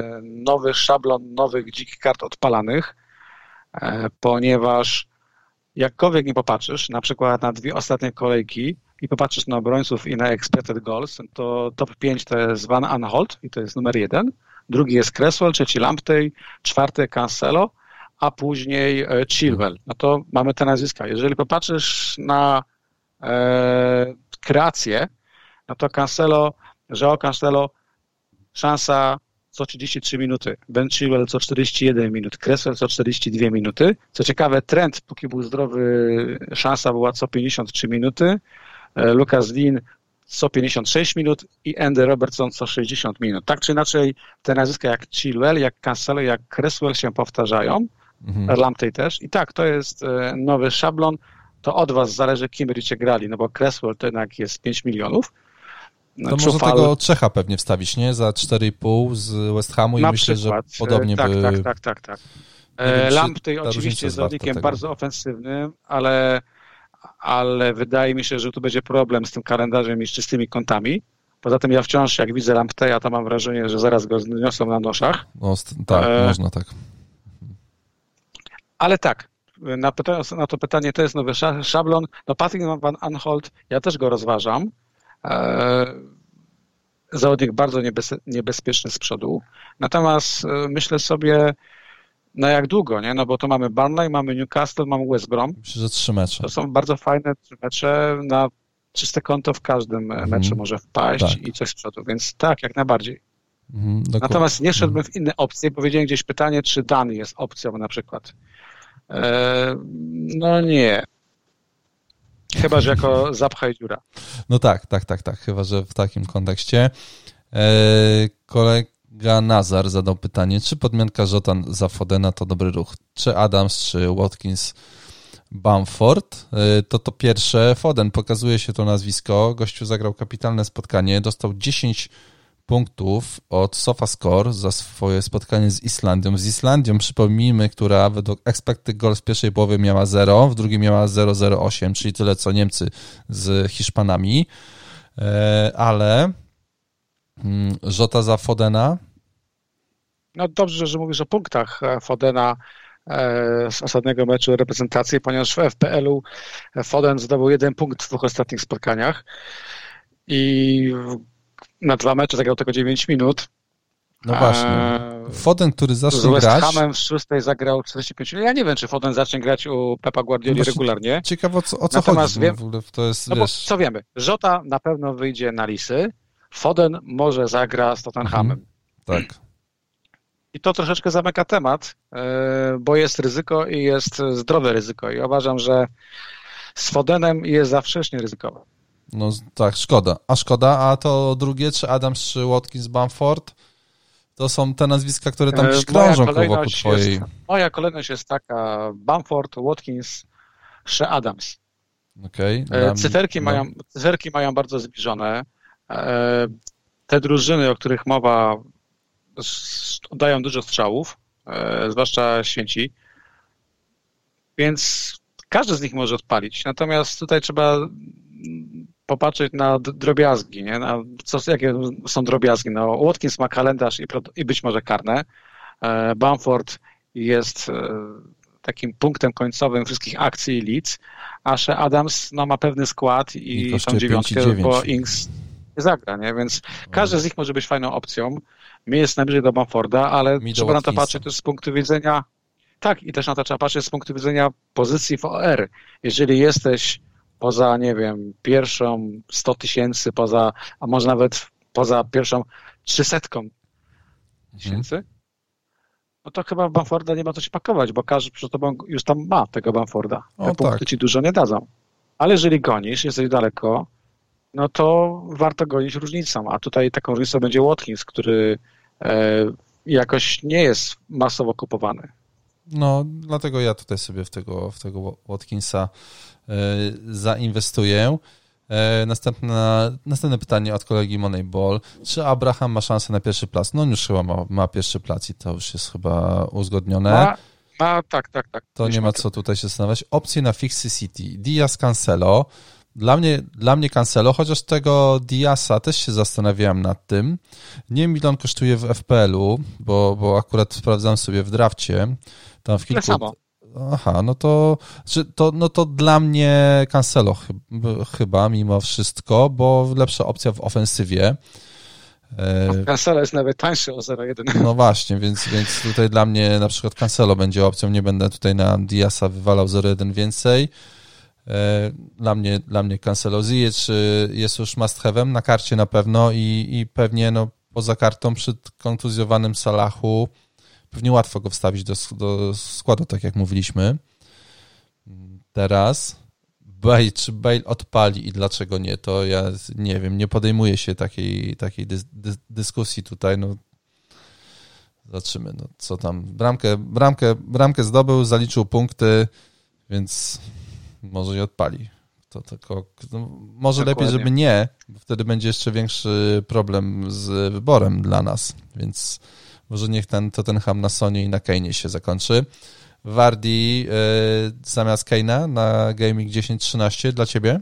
nowy szablon nowych dzikich kart odpalanych, ponieważ jakkolwiek nie popatrzysz, na przykład na dwie ostatnie kolejki i popatrzysz na obrońców i na expected goals, to top pięć to jest Van Aanholt i to jest numer jeden, drugi jest Cresswell, trzeci Lamptey, czwarty Cancelo, a później Chilwell. No to mamy te nazwiska. Jeżeli popatrzysz na e, kreację, no to Cancelo, João Cancelo, szansa co trzydzieści trzy minuty, Ben Chilwell co czterdzieści jeden minut, Cresswell co czterdzieści dwie minuty. Co ciekawe, Trent, póki był zdrowy, szansa była co pięćdziesiąt trzy minuty, Lucas Digne co pięćdziesiąt sześć minut i Andy Robertson co sześćdziesiąt minut. Tak czy inaczej te nazwiska jak Chilwell, jak Cancelo, jak Cresswell się powtarzają, mhm. Lamptey też. I tak, to jest nowy szablon. To od was zależy, kim będziecie grali, no bo Cresswell to jednak jest pięć milionów. To Czufal... może tego Czecha pewnie wstawić, nie? Za cztery i pół z West Hamu i na myślę, przykład, że podobnie tak, by... Tak, tak, tak, tak. Lamptey oczywiście jest zawodnikiem bardzo ofensywnym, ale, ale wydaje mi się, że tu będzie problem z tym kalendarzem i z czystymi kątami. Poza tym ja wciąż, jak widzę Lampteya, to mam wrażenie, że zaraz go zniosą na noszach. No, tak, e... można tak. Ale tak, na, pyta- na to pytanie, to jest nowy szablon. No Patrick Van Aanholt, ja też go rozważam. Zawodnik bardzo niebez, niebezpieczny z przodu. Natomiast myślę sobie, no jak długo, nie? No bo to mamy Burnley, mamy Newcastle, mamy West Brom. Myślę, że trzy mecze. To są bardzo fajne trzy mecze. Na czyste konto w każdym mhm. meczu może wpaść tak. i coś z przodu. Więc tak, jak najbardziej. Mhm, Natomiast nie szedłbym mhm. w inne opcje. Powiedziałem gdzieś pytanie, czy Dan jest opcją na przykład. Eee, no nie. Chyba, że jako zapchaj dziura. No tak, tak, tak, tak. Chyba, że w takim kontekście. Eee, kolega Nazar zadał pytanie, czy podmianka Jota za Fodena to dobry ruch? Czy Adams, czy Watkins, Bamford? Eee, to to pierwsze. Foden, pokazuje się to nazwisko. Gościu zagrał kapitalne spotkanie. Dostał dziesięć punktów od SofaScore za swoje spotkanie z Islandią. Z Islandią, przypomnijmy, która według expected goals w pierwszej połowie miała zero, w drugiej miała zero przecinek zero osiem, czyli tyle co Niemcy z Hiszpanami. Ale Jota za Fodena? No dobrze, że mówisz o punktach Fodena z ostatniego meczu reprezentacji, ponieważ w F P L-u Foden zdobył jeden punkt w dwóch ostatnich spotkaniach i na dwa mecze zagrał tylko dziewięć minut. No właśnie. Foden, który zacznie grać... Z West Hamem w szóstej zagrał czterdzieści pięć minut. Ja nie wiem, czy Foden zacznie grać u Pepa Guardioli no regularnie. Ciekawe, o co, o co Natomiast chodzi. Wiem, w ogóle to jest, no wiesz... bo co wiemy? Jota na pewno wyjdzie na lisy. Foden może zagra z Tottenhamem. Mhm. Tak. I to troszeczkę zamyka temat, bo jest ryzyko i jest zdrowe ryzyko. I uważam, że z Fodenem jest za wcześnie ryzykowe. No tak, szkoda. A szkoda, a to drugie, czy Adams, czy Watkins, Bamford, to są te nazwiska, które tam gdzieś krążą wokół twojej... Jest, moja kolejność jest taka: Bamford, Watkins, czy Adams. Okay, cyferki, no. mają, cyferki mają bardzo zbliżone. Te drużyny, o których mowa, dają dużo strzałów, zwłaszcza Święci, więc każdy z nich może odpalić. Natomiast tutaj trzeba popatrzeć na drobiazgi, nie? Na co, jakie są drobiazgi. No, Watkins ma kalendarz i, i być może karne. Bamford jest takim punktem końcowym wszystkich akcji i Leeds, a Shea Adams no, ma pewny skład i, I tą dziewiątkę, bo Ings nie zagra, nie? Więc każdy z nich może być fajną opcją. Mi jest najbliżej do Bamforda, ale Mi trzeba na to patrzeć też z punktu widzenia tak, i też na to trzeba patrzeć z punktu widzenia pozycji w O R. Jeżeli jesteś poza, nie wiem, pierwszą sto tysięcy, poza, a może nawet poza pierwszą trzysetką tysięcy, mhm. no to chyba Bamforda nie ma co się pakować, bo każdy przed tobą już tam ma tego Bamforda. Te o, punkty tak. ci dużo nie dadzą. Ale jeżeli gonisz, jesteś daleko, no to warto gonić różnicą, a tutaj taką różnicą będzie Watkins, który e, jakoś nie jest masowo kupowany. No, dlatego ja tutaj sobie w tego, w tego Watkinsa e, zainwestuję. E, następne, następne pytanie od kolegi Moneyball. Czy Abraham ma szansę na pierwszy plac? No on już chyba ma, ma pierwszy plac i to już jest chyba uzgodnione. Ma, ma tak, tak, tak. To nie ma co tutaj się zastanawiać. Opcje na Fixy City. Diaz, Cancelo. Dla mnie, dla mnie Cancelo, chociaż tego Diaza też się zastanawiałem nad tym. Nie wiem, ile on kosztuje w F P L-u, bo, bo akurat sprawdzam sobie w drafcie. Tam w kilku, Aha, no to, to, no to dla mnie Cancelo chyba mimo wszystko, bo lepsza opcja w ofensywie. Cancelo jest nawet tańszy o zero jeden. No właśnie, więc, więc tutaj dla mnie na przykład Cancelo będzie opcją, nie będę tutaj na Diasa wywalał zero jeden więcej. Dla mnie, dla mnie Cancelo. Ziyech jest już must have'em na karcie na pewno i, i pewnie no, poza kartą przy kontuzjowanym Salahu pewnie łatwo go wstawić do, do składu, tak jak mówiliśmy. Teraz Bale, czy Bale odpali i dlaczego nie, to ja nie wiem, nie podejmuję się takiej, takiej dys, dys, dyskusji tutaj, no zobaczymy, no co tam, bramkę, bramkę, bramkę zdobył, zaliczył punkty, więc może nie odpali. To tylko, no, może Dokładnie. Lepiej, żeby nie, bo wtedy będzie jeszcze większy problem z wyborem dla nas, więc może niech ten Tottenham na Sonie i na Kane'ie się zakończy. Vardy yy, zamiast Kane'a na Gaming dziesięć trzynaście dla ciebie?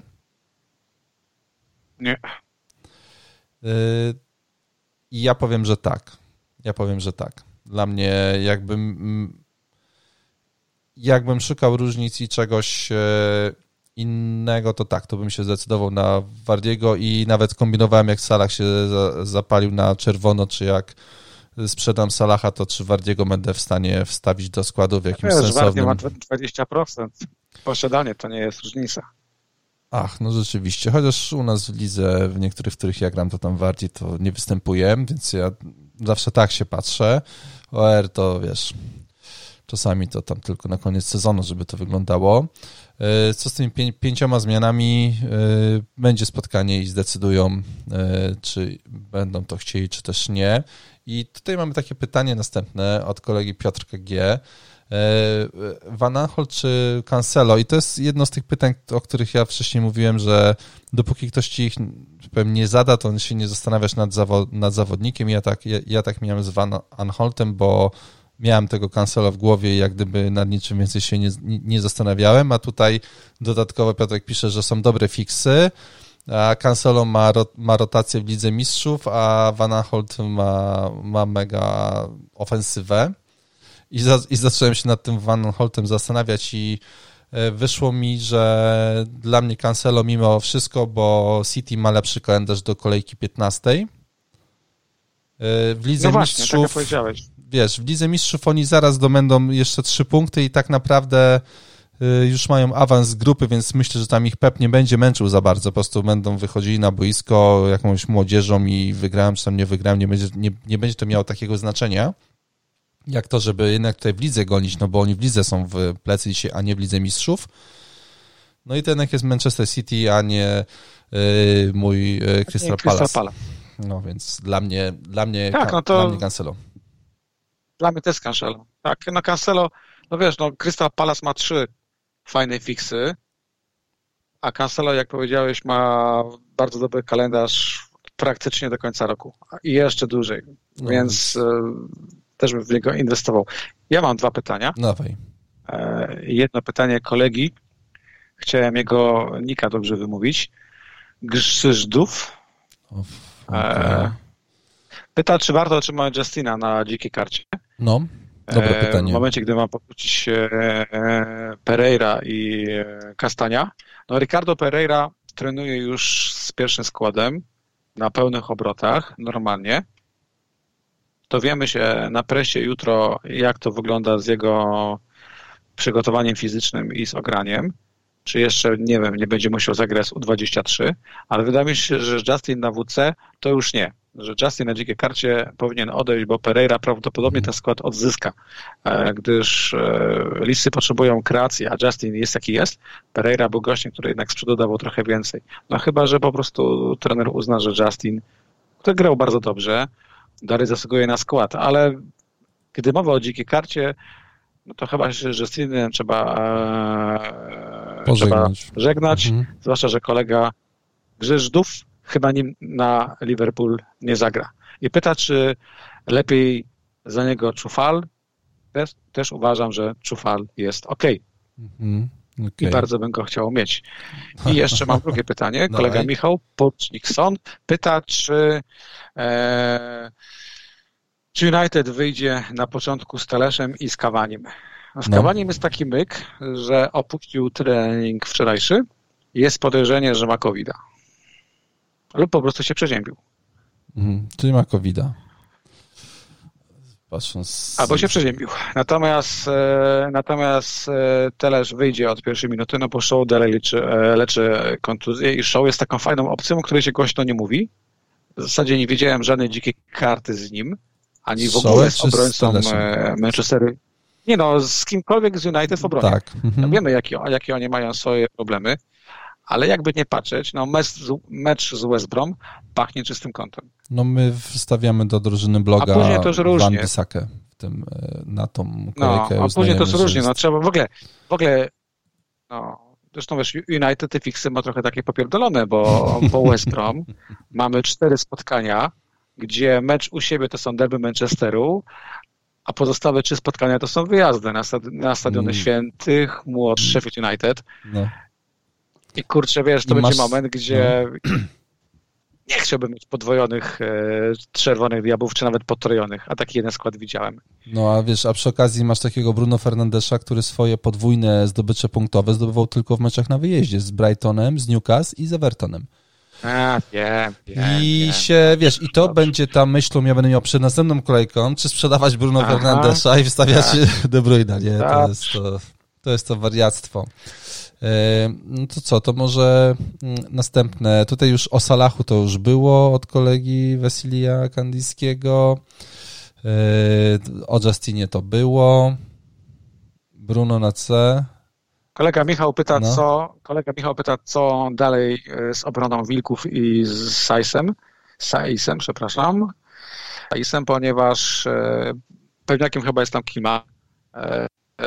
Nie. Yy, ja powiem, że tak. Ja powiem, że tak. Dla mnie jakbym jakbym szukał różnic i czegoś yy, innego, to tak, to bym się zdecydował na Vardiego i nawet kombinowałem, jak Salah się za, zapalił na czerwono, czy jak sprzedam Salaha, to czy Vardiego będę w stanie wstawić do składu w jakimś Wiesz, sensownym... Vardy ma dwadzieścia procent. Posiadanie to nie jest różnica. Ach, no rzeczywiście. Chociaż u nas w lidze, w niektórych, w których ja gram, to tam Vardy to nie występuje, więc ja zawsze tak się patrzę. O R to wiesz, czasami to tam tylko na koniec sezonu, żeby to wyglądało. Co z tymi pię- pięcioma zmianami? Będzie spotkanie i zdecydują, czy będą to chcieli, czy też nie. I tutaj mamy takie pytanie następne od kolegi Piotrka G. Van Aanholt czy Cancelo? I to jest jedno z tych pytań, o których ja wcześniej mówiłem, że dopóki ktoś ci ich powiem, nie zada, to się nie zastanawiasz nad, zawo- nad zawodnikiem. Ja tak, ja, ja tak miałem z Van Aanholtem, bo miałem tego Cancelo w głowie i jak gdyby nad niczym więcej się nie, nie zastanawiałem, a tutaj dodatkowo Piotrek pisze, że są dobre fiksy, a Cancelo ma, ro, ma rotację w Lidze Mistrzów, a Van Aanholt ma, ma mega ofensywę. I, za, I zacząłem się nad tym Van Aanholtem zastanawiać i wyszło mi, że dla mnie Cancelo mimo wszystko, bo City ma lepszy kalendarz do kolejki piętnastej. W Lidze no właśnie, Mistrzów, tak jak powiedziałeś. Wiesz, w Lidze Mistrzów oni zaraz dobędą jeszcze trzy punkty i tak naprawdę już mają awans z grupy, więc myślę, że tam ich Pep nie będzie męczył za bardzo, po prostu będą wychodzili na boisko jakąś młodzieżą i wygrałem, czy tam nie wygrałem, nie będzie, nie, nie będzie to miało takiego znaczenia, jak to, żeby jednak tutaj w lidze gonić, no bo oni w lidze są w plecy dzisiaj, a nie w Lidze Mistrzów. No i to jednak jest Manchester City, a nie yy, mój yy, Crystal Palace. Palace. No więc dla mnie, dla mnie, tak, no to... dla mnie Cancelo. Dla mnie też Cancelo. Tak, no Cancelo, no wiesz, no Crystal Palace ma trzy fajne fiksy, a Cancelo, jak powiedziałeś, ma bardzo dobry kalendarz praktycznie do końca roku i jeszcze dłużej, no. Więc y, też bym w niego inwestował. Ja mam dwa pytania. Dawaj. E, jedno pytanie kolegi, chciałem jego nika dobrze wymówić. Grzyżdów. Okay. E, pyta, czy warto otrzymać Justina na dzikiej karcie. No, dobre pytanie. W momencie, gdy ma pokłócić Pereira i Castania. No, Ricardo Pereira trenuje już z pierwszym składem na pełnych obrotach, normalnie. Dowiemy się na presie jutro, jak to wygląda z jego przygotowaniem fizycznym i z ograniem. Czy jeszcze, nie wiem, nie będzie musiał zagrać z U dwadzieścia trzy, ale wydaje mi się, że Justin na W C to już nie. Że Justin na dzikiej karcie powinien odejść, bo Pereira prawdopodobnie ten skład odzyska, gdyż listy potrzebują kreacji, a Justin jest jaki jest. Pereira był gościem, który jednak z przodu dawał trochę więcej. No chyba, że po prostu trener uzna, że Justin, który grał bardzo dobrze, dalej zasługuje na skład, ale gdy mowa o dzikiej karcie, no to chyba się z Justinem trzeba, trzeba żegnać, mhm. Zwłaszcza, że kolega Grzyżdów chyba nim na Liverpool nie zagra. I pyta, czy lepiej za niego Czufal. Też, też uważam, że Czufal jest ok. Mm-hmm. Okay. I bardzo bym go chciał mieć. I jeszcze mam drugie pytanie. Kolega Dawaj. Michał Pocznikson pyta, czy, e, czy United wyjdzie na początku z Teleszem i z Kawaniem. Z Cavaniem no. jest taki myk, że opuścił trening wczorajszy i jest podejrzenie, że ma kowida. Lub po prostu się przeziębił. Mhm, czyli ma kowida. Patrząc... Albo się przeziębił. Natomiast, e, natomiast e, Telesz wyjdzie od pierwszej minuty, no bo Show dalej leczy, e, leczy kontuzję i Show jest taką fajną opcją, o której się głośno nie mówi. W zasadzie nie widziałem żadnej dzikiej karty z nim, ani w ogóle z obrońcą e, Manchesteru. Nie no, z kimkolwiek z United w obronie. Tak. Mhm. No wiemy, jakie, jakie oni mają swoje problemy, ale jakby nie patrzeć, no mecz, mecz z West Brom pachnie czystym kątem. No my wstawiamy do drużyny bloga a później to już różnie. Van Bissakę w tym, na tą kolejkę. No, a później to już różnie. Jest... No trzeba w ogóle, w ogóle no, zresztą wiesz, United te fiksy ma trochę takie popierdolone, bo po West Brom mamy cztery spotkania, gdzie mecz u siebie to są derby Manchesteru, a pozostałe trzy spotkania to są wyjazdy na, stad- na stadiony mm. Świętych, Młot, Sheffield United. No. I kurczę, wiesz, to I będzie masz... moment, gdzie no. nie chciałbym mieć podwojonych e, czerwonych diabłów, czy nawet potrojonych, a taki jeden skład widziałem. No a wiesz, a przy okazji masz takiego Bruno Fernandesza, który swoje podwójne zdobycze punktowe zdobywał tylko w meczach na wyjeździe z Brightonem, z Newcastle i z Evertonem. A, wiem, wiem, I wiem. się, wiesz, i to Dobrze. będzie ta myślą, ja będę miał przed następną kolejką, czy sprzedawać Bruno Aha. Fernandesza i wstawiać tak. De Bruyne'a, nie? To jest to, to jest to wariactwo. No to co, to może następne, tutaj już o Salachu to już było od kolegi Wasilija Kandyjskiego, o Justinie to było, Bruno na C. Kolega Michał pyta, no. co kolega Michał pyta, co dalej z obroną Wilków i z Saisem, Saisem, przepraszam, Saisem, ponieważ e, pewniakiem chyba jest tam Kima. E, e,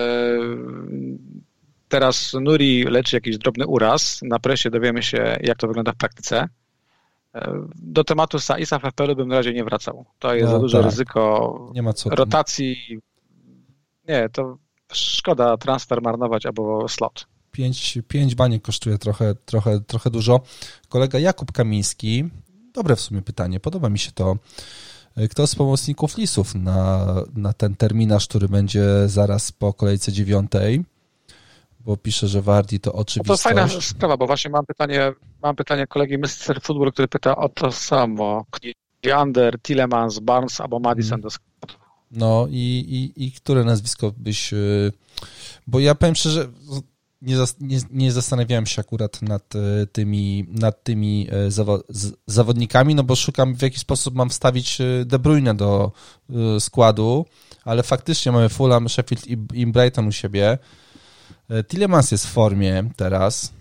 teraz Nuri leczy jakiś drobny uraz, na presie dowiemy się, jak to wygląda w praktyce. E, do tematu Saisa w F P L-u bym na razie nie wracał. To jest no, za duże tak. ryzyko nie ma co rotacji. Nie, to szkoda transfer marnować albo slot. Pięć, pięć baniek kosztuje trochę, trochę, trochę dużo. Kolega Jakub Kamiński, dobre w sumie pytanie, podoba mi się to. Kto z pomocników Lisów na, na ten terminarz, który będzie zaraz po kolejce dziewiątej? Bo pisze, że Wardi to oczywistość. No to fajna sprawa, bo właśnie mam pytanie, mam pytanie kolegi mister Football, który pyta o to samo. Leander, Tielemans, Barnes albo Maddison do składu. No i, i, i które nazwisko byś... Bo ja powiem szczerze, nie, nie, nie zastanawiałem się akurat nad tymi, nad tymi zawo, z, zawodnikami, no bo szukam, w jaki sposób mam wstawić De Bruyne do składu, ale faktycznie mamy Fulham, Sheffield i, i Brighton u siebie. Tielemans jest w formie teraz,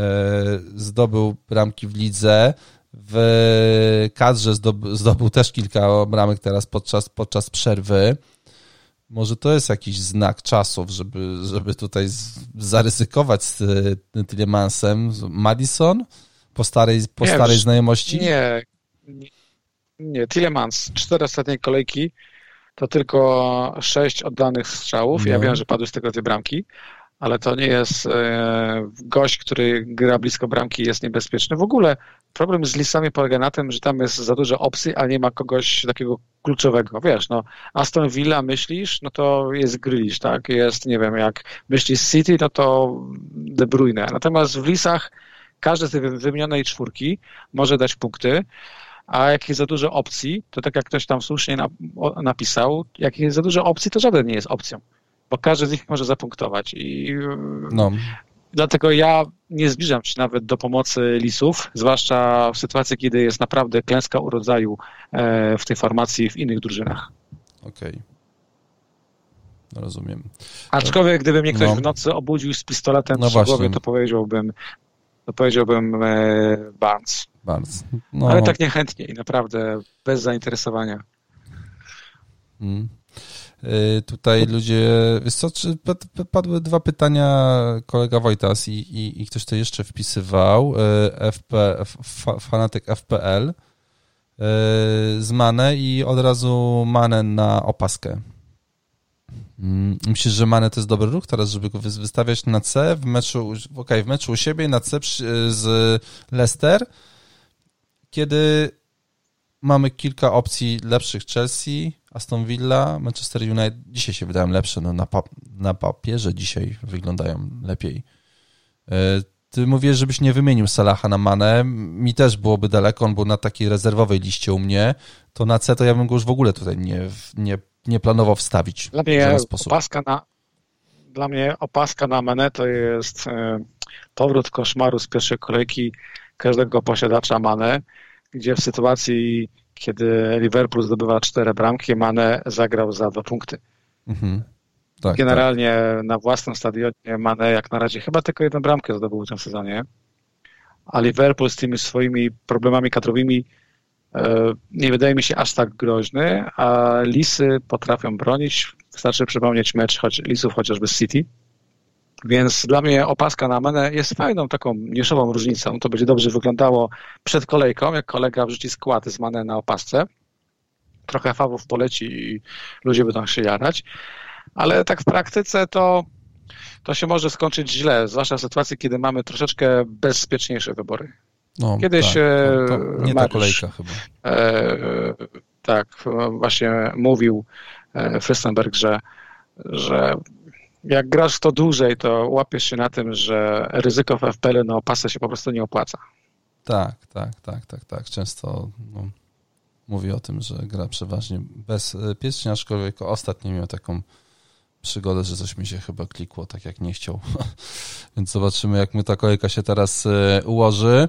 zdobył bramki w lidze, w kadrze zdobył, zdobył też kilka bramek teraz podczas, podczas przerwy. Może to jest jakiś znak czasów, żeby, żeby tutaj z, zaryzykować z Tielemansem. Maddison po starej, po nie, starej znajomości? Nie, nie, nie. Tielemans, cztery ostatnie kolejki to tylko sześć oddanych strzałów. No. Ja wiem, że padły z tego dwie bramki, ale to nie jest e, gość, który gra blisko bramki, jest niebezpieczny. W ogóle problem z Lisami polega na tym, że tam jest za dużo opcji, a nie ma kogoś takiego kluczowego. Wiesz, no Aston Villa myślisz, no to jest Grealish, tak? Jest, nie wiem, jak myślisz City, no to De Bruyne. Natomiast w Lisach każdy z tej wymienionej czwórki może dać punkty, a jak jest za dużo opcji, to tak jak ktoś tam słusznie na, o, napisał, jak jest za dużo opcji, to żaden nie jest opcją, bo każdy z nich może zapunktować i no. Dlatego ja nie zbliżam się nawet do pomocy Lisów, zwłaszcza w sytuacji, kiedy jest naprawdę klęska urodzaju w tej formacji w innych drużynach. Okej. Okay. No rozumiem. Aczkolwiek gdyby mnie ktoś no. w nocy obudził z pistoletem no przy właśnie. głowie, to powiedziałbym to powiedziałbym Barnes. Barnes. No. Ale tak niechętnie i naprawdę bez zainteresowania. Hmm. Tutaj ludzie, wiesz co, czy padły dwa pytania, kolega Wojtas i, i, i ktoś to jeszcze wpisywał, F P, F, fanatyk F P L z Mane i od razu Mane na opaskę. Myślisz, że Mane to jest dobry ruch teraz, żeby go wystawiać na C w meczu, okej, okay, w meczu u siebie na C z Leicester, kiedy mamy kilka opcji lepszych. Chelsea, Aston Villa, Manchester United dzisiaj się wydają lepsze, no na, pap- na papierze dzisiaj wyglądają lepiej. Ty mówisz, żebyś nie wymienił Salaha na Manę, mi też byłoby daleko, on był na takiej rezerwowej liście u mnie, to na C to ja bym go już w ogóle tutaj nie, nie, nie planował wstawić dla w mnie żaden sposób. Opaska na, dla mnie opaska na Manę to jest e, powrót koszmaru z pierwszej kolejki każdego posiadacza Mane, gdzie w sytuacji, kiedy Liverpool zdobywa cztery bramki, Mane zagrał za dwa punkty. Mhm. Tak, Generalnie tak. Na własnym stadionie Mane jak na razie chyba tylko jedną bramkę zdobył w tym sezonie, a Liverpool z tymi swoimi problemami kadrowymi e, nie wydaje mi się aż tak groźny, a Lisy potrafią bronić. Wystarczy przypomnieć mecz choć, Lisów chociażby z City. Więc dla mnie opaska na Mane jest fajną taką niszową różnicą. To będzie dobrze wyglądało przed kolejką, jak kolega wrzuci skład z Mane na opasce. Trochę fawów poleci i ludzie będą się jarać. Ale tak w praktyce to, to się może skończyć źle, zwłaszcza w sytuacji, kiedy mamy troszeczkę bezpieczniejsze wybory. No, Kiedyś tak, to, to nie ta kolejka chyba. E, tak, właśnie mówił Frystenberg, że, że jak grasz w to dłużej, to łapiesz się na tym, że ryzyko w F P L na opasę się po prostu nie opłaca. Tak, tak, tak, tak, tak. Często no, mówi o tym, że gra przeważnie bezpiecznie, aczkolwiek ostatnio miał taką przygodę, że coś mi się chyba klikło tak jak nie chciał. Więc zobaczymy, jak mu ta kolejka się teraz ułoży.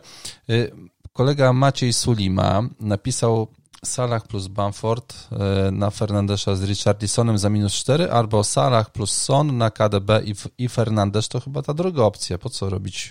Kolega Maciej Sulima napisał Salah plus Bamford na Fernandesza z Richarlisonem za minus cztery, albo Salah plus Son na K D B i, i Fernandes, to chyba ta druga opcja. Po co robić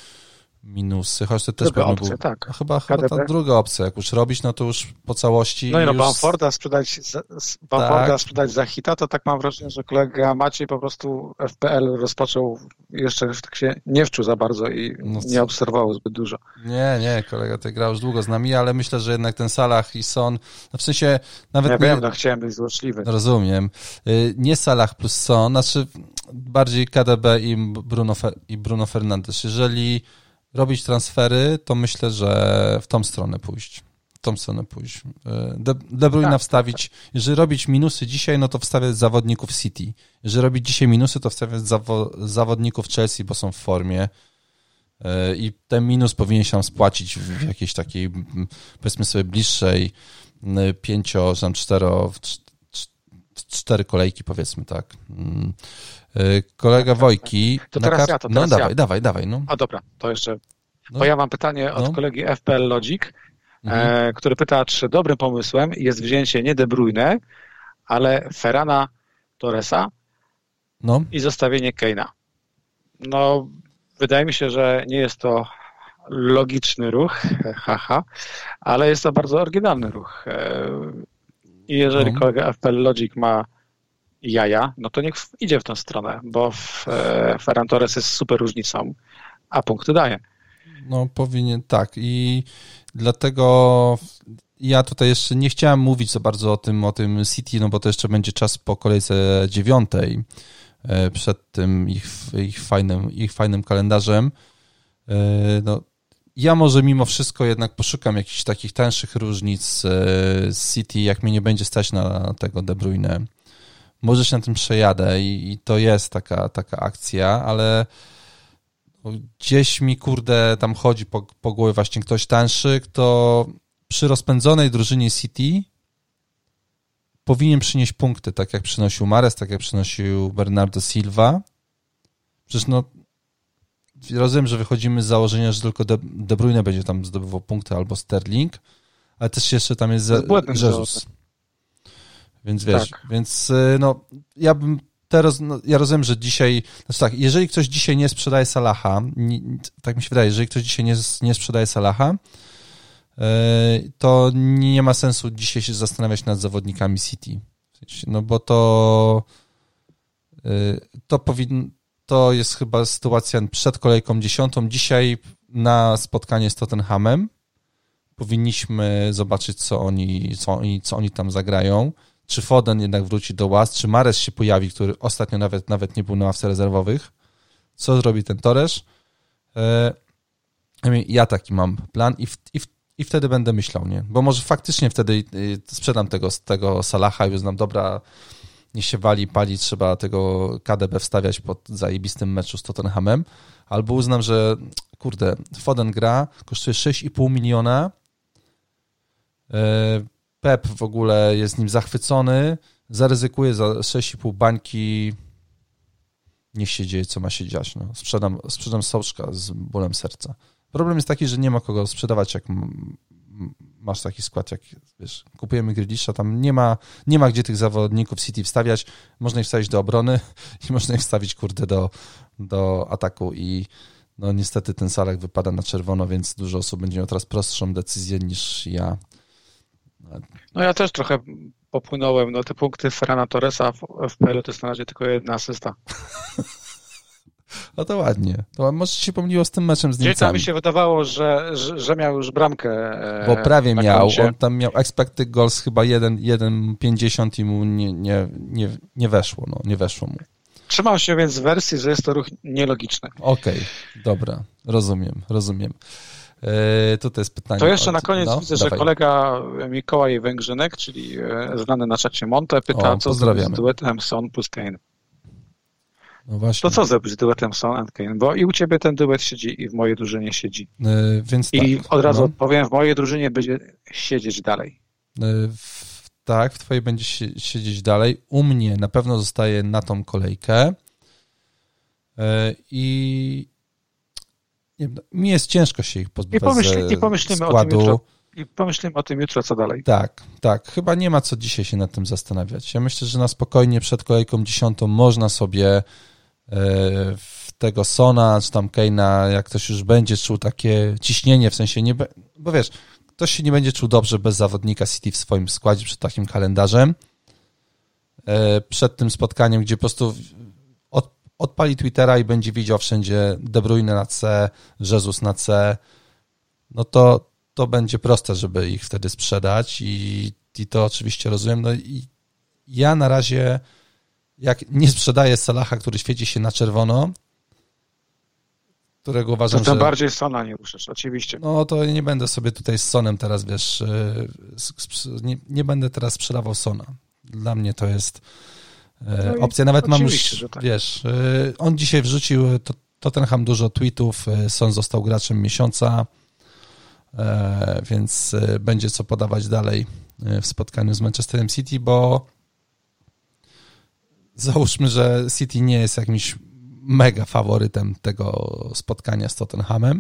minusy? Choć to też druga opcja, był, tak. Chyba, chyba ta druga opcja. Jak już robić, no to już po całości. No i no, już... Bamforda sprzedać, Bamforda tak. sprzedać za hita, to tak mam wrażenie, że kolega Maciej po prostu F P L rozpoczął, jeszcze tak się nie wczuł za bardzo i no, nie obserwował zbyt dużo. Nie, nie, kolega ty grał już długo z nami, ale myślę, że jednak ten Salah i Son, no w sensie nawet ja nie... wiem, no chciałem być złośliwy. Rozumiem. Nie Salah plus Son, znaczy bardziej K D B i Bruno, i Bruno Fernandes. Jeżeli robić transfery, to myślę, że w tą stronę pójść. W tą stronę pójść. De, De Bruyne tak, wstawić. Tak, tak. Jeżeli robić minusy dzisiaj, no to wstawiać zawodników City. Jeżeli robić dzisiaj minusy, to wstawiać zawo- zawodników Chelsea, bo są w formie. I ten minus powinien się spłacić w jakiejś takiej, powiedzmy sobie, bliższej pięcio, tam cztero, cztery kolejki, powiedzmy, tak. Kolega Wojki... To teraz kar... ja, to teraz No ja. dawaj, dawaj, dawaj. No. A dobra, to jeszcze... No. Bo ja mam pytanie od no. kolegi F P L Logic, mhm. e, który pyta, czy dobrym pomysłem jest wzięcie nie De Bruyne, ale Ferrana Torresa no. i zostawienie Kane'a. No, wydaje mi się, że nie jest to logiczny ruch, haha, ale jest to bardzo oryginalny ruch. E, I jeżeli no. kolega F P L Logic ma jaja, no to niech idzie w tę stronę, bo w, e, Ferran Torres jest super różnicą, a punkty daje. No powinien, tak i dlatego ja tutaj jeszcze nie chciałem mówić za bardzo o tym, o tym City, no bo to jeszcze będzie czas po kolejce dziewiątej, przed tym ich, ich, fajnym, ich fajnym kalendarzem. No, ja może mimo wszystko jednak poszukam jakichś takich tańszych różnic z City, jak mnie nie będzie stać na tego De Bruyne. Może się na tym przejadę i, i to jest taka, taka akcja, ale gdzieś mi, kurde, tam chodzi po, po głowie właśnie ktoś tańszy, kto przy rozpędzonej drużynie City powinien przynieść punkty, tak jak przynosił Mahrez, tak jak przynosił Bernardo Silva. Przecież no rozumiem, że wychodzimy z założenia, że tylko De, De Bruyne będzie tam zdobywał punkty albo Sterling, ale też jeszcze tam jest Jesus. Więc wiesz, tak. więc no ja bym teraz, no, ja rozumiem, że dzisiaj, znaczy tak, jeżeli ktoś dzisiaj nie sprzedaje Salaha, nie, tak mi się wydaje, jeżeli ktoś dzisiaj nie, nie sprzedaje Salaha, to nie ma sensu dzisiaj się zastanawiać nad zawodnikami City. No bo to to powinno, to jest chyba sytuacja przed kolejką dziesiątą. Dzisiaj na spotkanie z Tottenhamem powinniśmy zobaczyć, co oni, co oni, co oni tam zagrają. Czy Foden jednak wróci do łaz, czy Mahrez się pojawi, który ostatnio nawet, nawet nie był na ławce rezerwowych. Co zrobi ten Torres? Ja taki mam plan i w, i w, i wtedy będę myślał, nie? Bo może faktycznie wtedy sprzedam tego, tego Salaha i uznam, dobra, niech się wali, pali, trzeba tego K D B wstawiać pod zajebistym meczu z Tottenhamem, albo uznam, że kurde, Foden gra, kosztuje sześć i pół miliona, Pep w ogóle jest nim zachwycony, zaryzykuje za sześć i pół bańki, niech się dzieje, co ma się dziać. No. Sprzedam, sprzedam Sołczka z bólem serca. Problem jest taki, że nie ma kogo sprzedawać, jak masz taki skład, jak wiesz, kupujemy Grealisha, tam nie ma, nie ma gdzie tych zawodników City wstawiać, można ich wstawić do obrony i można ich wstawić, kurde, do, do ataku i no niestety ten Salah wypada na czerwono, więc dużo osób będzie miał teraz prostszą decyzję niż ja. No ja też trochę popłynąłem, no te punkty Ferrana Torresa w F P L-u to jest na razie tylko jedna asysta. No to ładnie. To może się pomyliło z tym meczem z Niemcami. Niemcami. Mi się wydawało, że, że, że miał już bramkę. Bo prawie miał. Koncie. On tam miał expected goals chyba jeden przecinek pięćdziesiąt i mu nie, nie, nie, nie weszło. No, nie weszło mu. Trzymał się więc w wersji, że jest to ruch nielogiczny. Okej, okay, dobra. Rozumiem, rozumiem. Yy, tutaj jest pytanie. To jeszcze od... na koniec no, widzę, dawaj. że kolega Mikołaj Węgrzynek, czyli znany na czacie Monte, pyta, O, co zrobić z duetem Son plus Kane. No właśnie. To co zrobić z duetem Son and Kane? Bo i u ciebie ten duet siedzi i w mojej drużynie siedzi. Yy, więc I tak, od razu no. odpowiem, w mojej drużynie będzie siedzieć dalej. Yy, w, tak, w twojej będzie się, siedzieć dalej. U mnie na pewno zostaje na tą kolejkę. Yy, I nie, mi jest ciężko się ich pozbywać I, pomyśli, z i pomyślimy składu. o tym jutro. I pomyślimy o tym jutro, co dalej. Tak, tak. Chyba nie ma co dzisiaj się nad tym zastanawiać. Ja myślę, że na spokojnie przed kolejką dziesiątą można sobie w tego Sona, czy tam Kane'a, jak ktoś już będzie czuł takie ciśnienie, w sensie nie... Bo wiesz, ktoś się nie będzie czuł dobrze bez zawodnika City w swoim składzie przed takim kalendarzem. Przed tym spotkaniem, gdzie po prostu od, odpali Twittera i będzie widział wszędzie De Bruyne na C, Jesus na C, no to to będzie proste, żeby ich wtedy sprzedać i, i to oczywiście rozumiem. No i ja na razie, jak nie sprzedaję Salaha, który świeci się na czerwono, którego uważam, to tym że... bardziej Sona nie ruszysz, oczywiście. No to nie będę sobie tutaj z Sonem teraz, wiesz, nie, nie będę teraz sprzedawał Sona. Dla mnie to jest no opcja. Nawet mam już, tak. wiesz, on dzisiaj wrzucił to, Tottenham dużo tweetów, Son został graczem miesiąca, więc będzie co podawać dalej w spotkaniu z Manchesterem City, bo załóżmy, że City nie jest jakimś mega faworytem tego spotkania z Tottenhamem.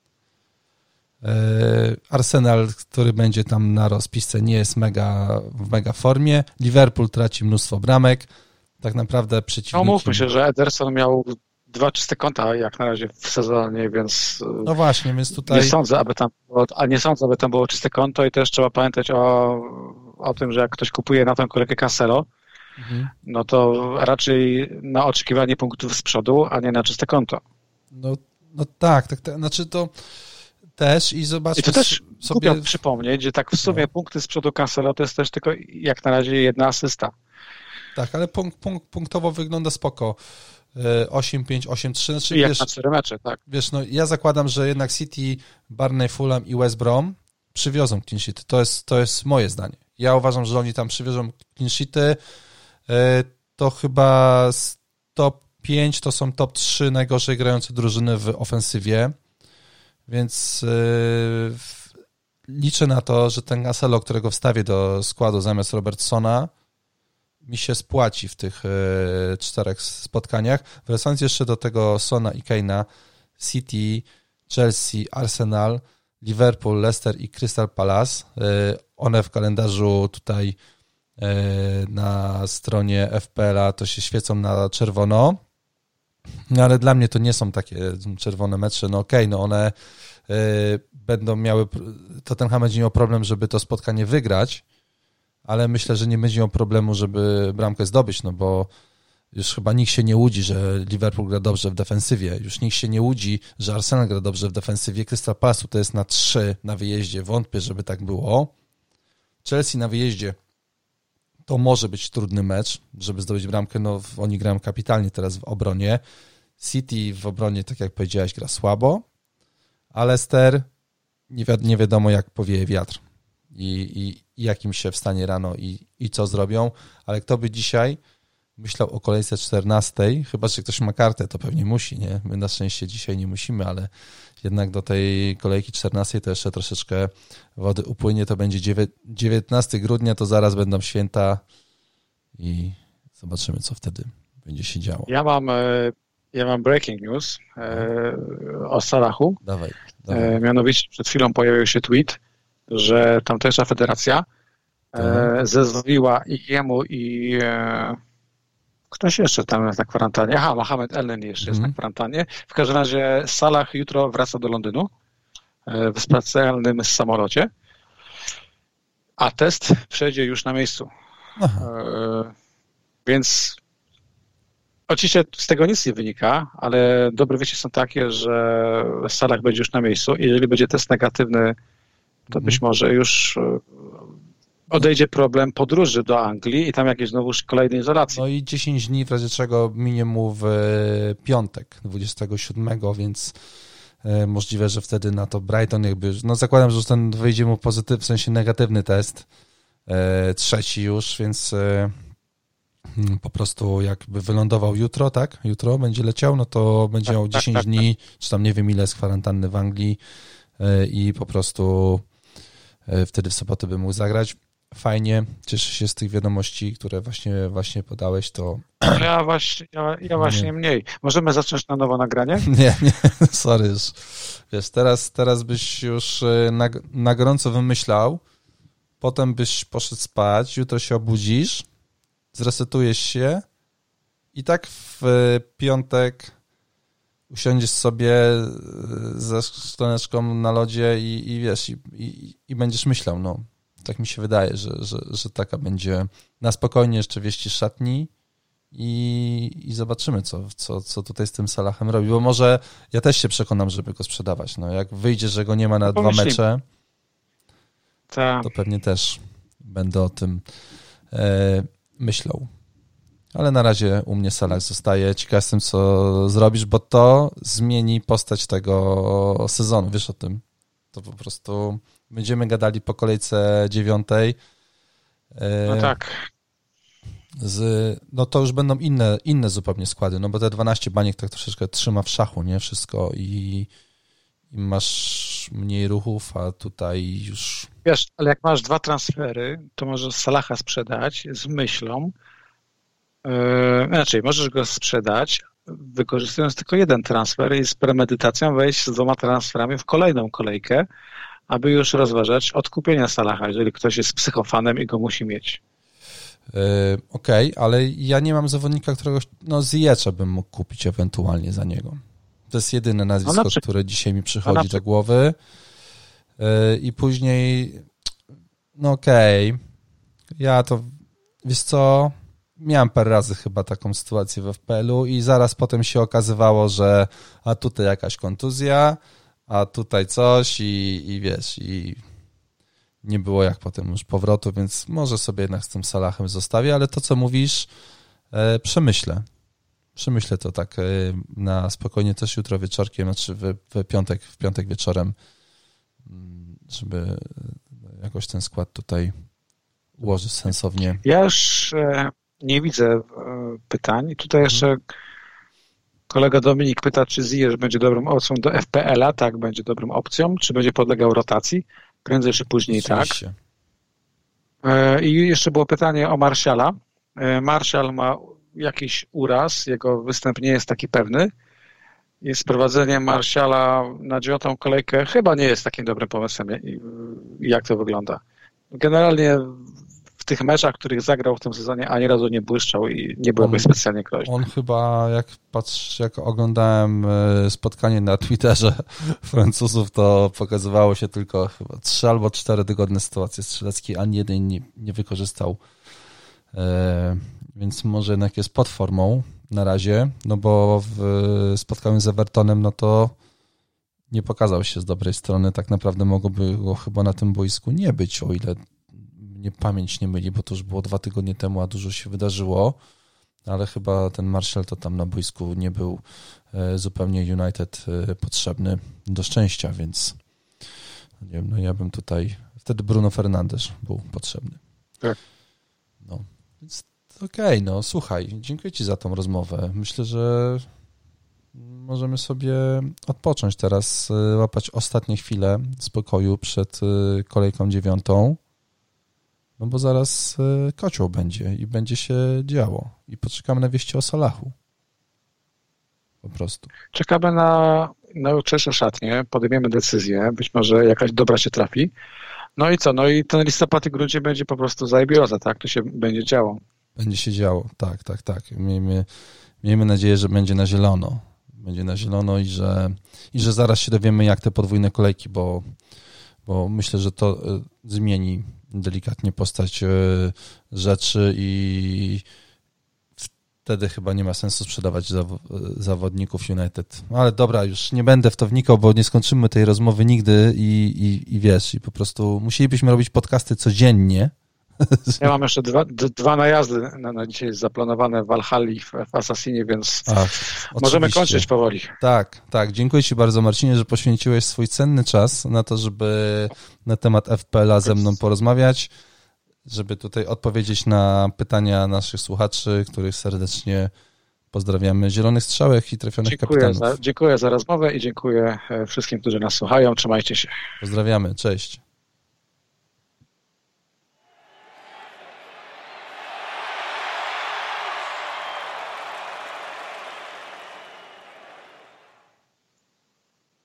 Arsenal, który będzie tam na rozpisce, nie jest mega w mega formie. Liverpool traci mnóstwo bramek. Tak naprawdę przeciwnikiem... No mówmy się, że Ederson miał dwa czyste konta jak na razie w sezonie, więc no właśnie, więc tutaj... nie sądzę, aby tam było, a nie sądzę, aby tam było czyste konto i też trzeba pamiętać o, o tym, że jak ktoś kupuje na tą kolejkę Cancelo, mhm. no to raczej na oczekiwanie punktów z przodu, a nie na czyste konto. No, no tak, tak, tak, znaczy to też i zobaczmy I to też sobie... Kupię przypomnieć, że tak w sumie no. punkty z przodu Cancelo to jest też tylko jak na razie jedna asysta. Tak, ale punkt, punkt, punktowo wygląda spoko. osiem pięć, osiem trzy. Znaczy, jak wiesz, na cztery mecze, tak. Wiesz, no ja zakładam, że jednak City, Barney, Fulham i West Brom przywiozą clean sheety. To jest, to jest moje zdanie. Ja uważam, że oni tam przywiozą clean sheety. To chyba z top pięć to są top trzy najgorzej grające drużyny w ofensywie. Więc yy, liczę na to, że ten Cancelo, którego wstawię do składu zamiast Robertsona, mi się spłaci w tych y, czterech spotkaniach. Wracając jeszcze do tego Sona i Kane'a, City, Chelsea, Arsenal, Liverpool, Leicester i Crystal Palace. Y, one w kalendarzu tutaj y, na stronie F P L a to się świecą na czerwono. No ale dla mnie to nie są takie czerwone mecze. No okej, okay, no one y, będą miały, Tottenham będzie miał problem, żeby to spotkanie wygrać, ale myślę, że nie będzie miał problemu, żeby bramkę zdobyć, no bo już chyba nikt się nie łudzi, że Liverpool gra dobrze w defensywie, już nikt się nie łudzi, że Arsenal gra dobrze w defensywie, Crystal Palace to jest na trzy na wyjeździe, wątpię, żeby tak było. Chelsea na wyjeździe to może być trudny mecz, żeby zdobyć bramkę, no oni grają kapitalnie teraz w obronie, City w obronie, tak jak powiedziałeś, gra słabo, a Leicester nie, wi- nie wiadomo, jak powieje wiatr i, i, i jakim się wstanie rano i, i co zrobią, ale kto by dzisiaj myślał o kolejce czternastej, chyba że ktoś ma kartę, to pewnie musi, nie? My na szczęście dzisiaj nie musimy, ale jednak do tej kolejki czternastej to jeszcze troszeczkę wody upłynie, to będzie dziewiętnastego grudnia, to zaraz będą święta i zobaczymy, co wtedy będzie się działo. Ja mam, ja mam breaking news o Salachu. Dawaj, dawaj. Mianowicie przed chwilą pojawił się tweet, że tamtejsza federacja tak. zezwoliła i jemu, i ktoś jeszcze tam jest na kwarantannie. Aha, Mohamed Elneny jeszcze mm. jest na kwarantannie. W każdym razie Salah jutro wraca do Londynu w specjalnym samolocie, a test przejdzie już na miejscu. Aha. Więc oczywiście z tego nic nie wynika, ale dobre wieści są takie, że Salah będzie już na miejscu. Jeżeli będzie test negatywny, to mm. być może już odejdzie problem podróży do Anglii i tam jakieś znowu kolejnej izolacji. No i dziesięć dni, w razie czego minie mu w piątek, dwudziestego siódmego, więc możliwe, że wtedy na to Brighton jakby, no zakładam, że już ten wyjdzie mu pozytywny, w sensie negatywny test, trzeci już, więc po prostu jakby wylądował jutro, tak? Jutro będzie leciał, no to będzie miał tak, dziesięć tak, dni, tak. czy tam nie wiem ile z kwarantanny w Anglii i po prostu wtedy w sobotę by mógł zagrać. Fajnie, cieszę się z tych wiadomości, które właśnie, właśnie podałeś, to... Ja właśnie, ja, ja właśnie mniej. Możemy zacząć na nowo nagranie? Nie, nie, sorry już. Wiesz, teraz, teraz byś już na, na gorąco wymyślał, potem byś poszedł spać, jutro się obudzisz, zresetujesz się i tak w piątek usiądziesz sobie ze szklaneczką na lodzie i, i wiesz, i, i, i będziesz myślał, no. Tak mi się wydaje, że, że, że taka będzie na spokojnie jeszcze wieści szatni i, i zobaczymy, co, co, co tutaj z tym Salahem robi, bo może ja też się przekonam, żeby go sprzedawać. No, jak wyjdzie, że go nie ma na dwa mecze, Ta. to pewnie też będę o tym e, myślał. Ale na razie u mnie Salah zostaje. Ciekaw jestem, co zrobisz, bo to zmieni postać tego sezonu. Wiesz o tym? To po prostu będziemy gadali po kolejce dziewiątej. No tak. Z, no to już będą inne, inne zupełnie składy, no bo te dwanaście baniek tak troszeczkę trzyma w szachu, nie? Wszystko i, i masz mniej ruchów, a tutaj już... Wiesz, ale jak masz dwa transfery, to możesz Salaha sprzedać z myślą, yy, inaczej, możesz go sprzedać, wykorzystując tylko jeden transfer i z premedytacją wejść z dwoma transferami w kolejną kolejkę, aby już rozważać odkupienia Salaha, jeżeli ktoś jest psychofanem i go musi mieć. Yy, Okej, okay, ale ja nie mam zawodnika, którego no Ziyecza bym mógł kupić ewentualnie za niego. To jest jedyne nazwisko, no przy... które dzisiaj mi przychodzi przy... do głowy. Yy, I później no okej, okay. Ja to, wiesz co, miałem parę razy chyba taką sytuację w F P L u i zaraz potem się okazywało, że a tutaj jakaś kontuzja, a tutaj coś i, i wiesz, i nie było jak potem już powrotu, więc może sobie jednak z tym Salahem zostawię, ale to, co mówisz, e, przemyślę. Przemyślę to tak e, na spokojnie też jutro wieczorkiem, znaczy w, w piątek, w piątek wieczorem, żeby jakoś ten skład tutaj ułożyć sensownie. Ja już e, nie widzę e, pytań. Tutaj jeszcze hmm. kolega Dominik pyta, czy Ziyech będzie dobrą opcją do F P L a. Tak, będzie dobrą opcją. Czy będzie podlegał rotacji? Prędzej czy później Oczywiście. tak. I jeszcze było pytanie o Martiala. Martial ma jakiś uraz, jego występ nie jest taki pewny. I sprowadzenie Martiala na dziewiątą kolejkę chyba nie jest takim dobrym pomysłem, jak to wygląda. Generalnie w tych meczach, których zagrał w tym sezonie, ani razu nie błyszczał i nie byłby on, specjalnie groźny. On chyba, jak patrz, jak oglądałem spotkanie na Twitterze Francuzów, to pokazywało się tylko chyba trzy albo cztery tygodnie sytuacje strzeleckiej, ani jeden nie, nie wykorzystał. Więc może jednak jest pod formą na razie, no bo w spotkaniu z Evertonem, no to nie pokazał się z dobrej strony. Tak naprawdę mogłoby go chyba na tym boisku nie być, o ile mnie pamięć nie myli, bo to już było dwa tygodnie temu, a dużo się wydarzyło, ale chyba ten Martial to tam na boisku nie był zupełnie United potrzebny do szczęścia, więc Nie wiem, no ja bym tutaj... Wtedy Bruno Fernandes był potrzebny. Tak. No, więc okej, okay, no słuchaj, dziękuję ci za tą rozmowę. Myślę, że możemy sobie odpocząć teraz, łapać ostatnie chwile spokoju przed kolejką dziewiątą, no bo zaraz kocioł będzie i będzie się działo i poczekamy na wieści o Salachu. Po prostu. Czekamy na, na jutrzejsze szatnie, podejmiemy decyzję, być może jakaś dobra się trafi. No i co? No i ten listopad i grudzień będzie po prostu zajebioza, tak? To się będzie działo. Będzie się działo, tak, tak, tak. Miejmy, miejmy nadzieję, że będzie na zielono. Będzie na zielono i że, i że zaraz się dowiemy, jak te podwójne kolejki, bo, bo myślę, że to zmieni delikatnie postać rzeczy i wtedy chyba nie ma sensu sprzedawać zawodników United. Ale dobra, już nie będę w to wnikał, bo nie skończymy tej rozmowy nigdy i, i, i wiesz, i po prostu musielibyśmy robić podcasty codziennie. Ja mam jeszcze dwa, dwa najazdy na, na dzisiaj zaplanowane w Valhalli i w, w Assassinie, więc Ach, możemy kończyć powoli. Tak, tak. Dziękuję ci bardzo, Marcinie, że poświęciłeś swój cenny czas na to, żeby na temat F P L-a ze mną porozmawiać, żeby tutaj odpowiedzieć na pytania naszych słuchaczy, których serdecznie pozdrawiamy. Zielonych strzałek i trafionych dziękuję kapitanów. Za, dziękuję za rozmowę i dziękuję wszystkim, którzy nas słuchają. Trzymajcie się. Pozdrawiamy. Cześć.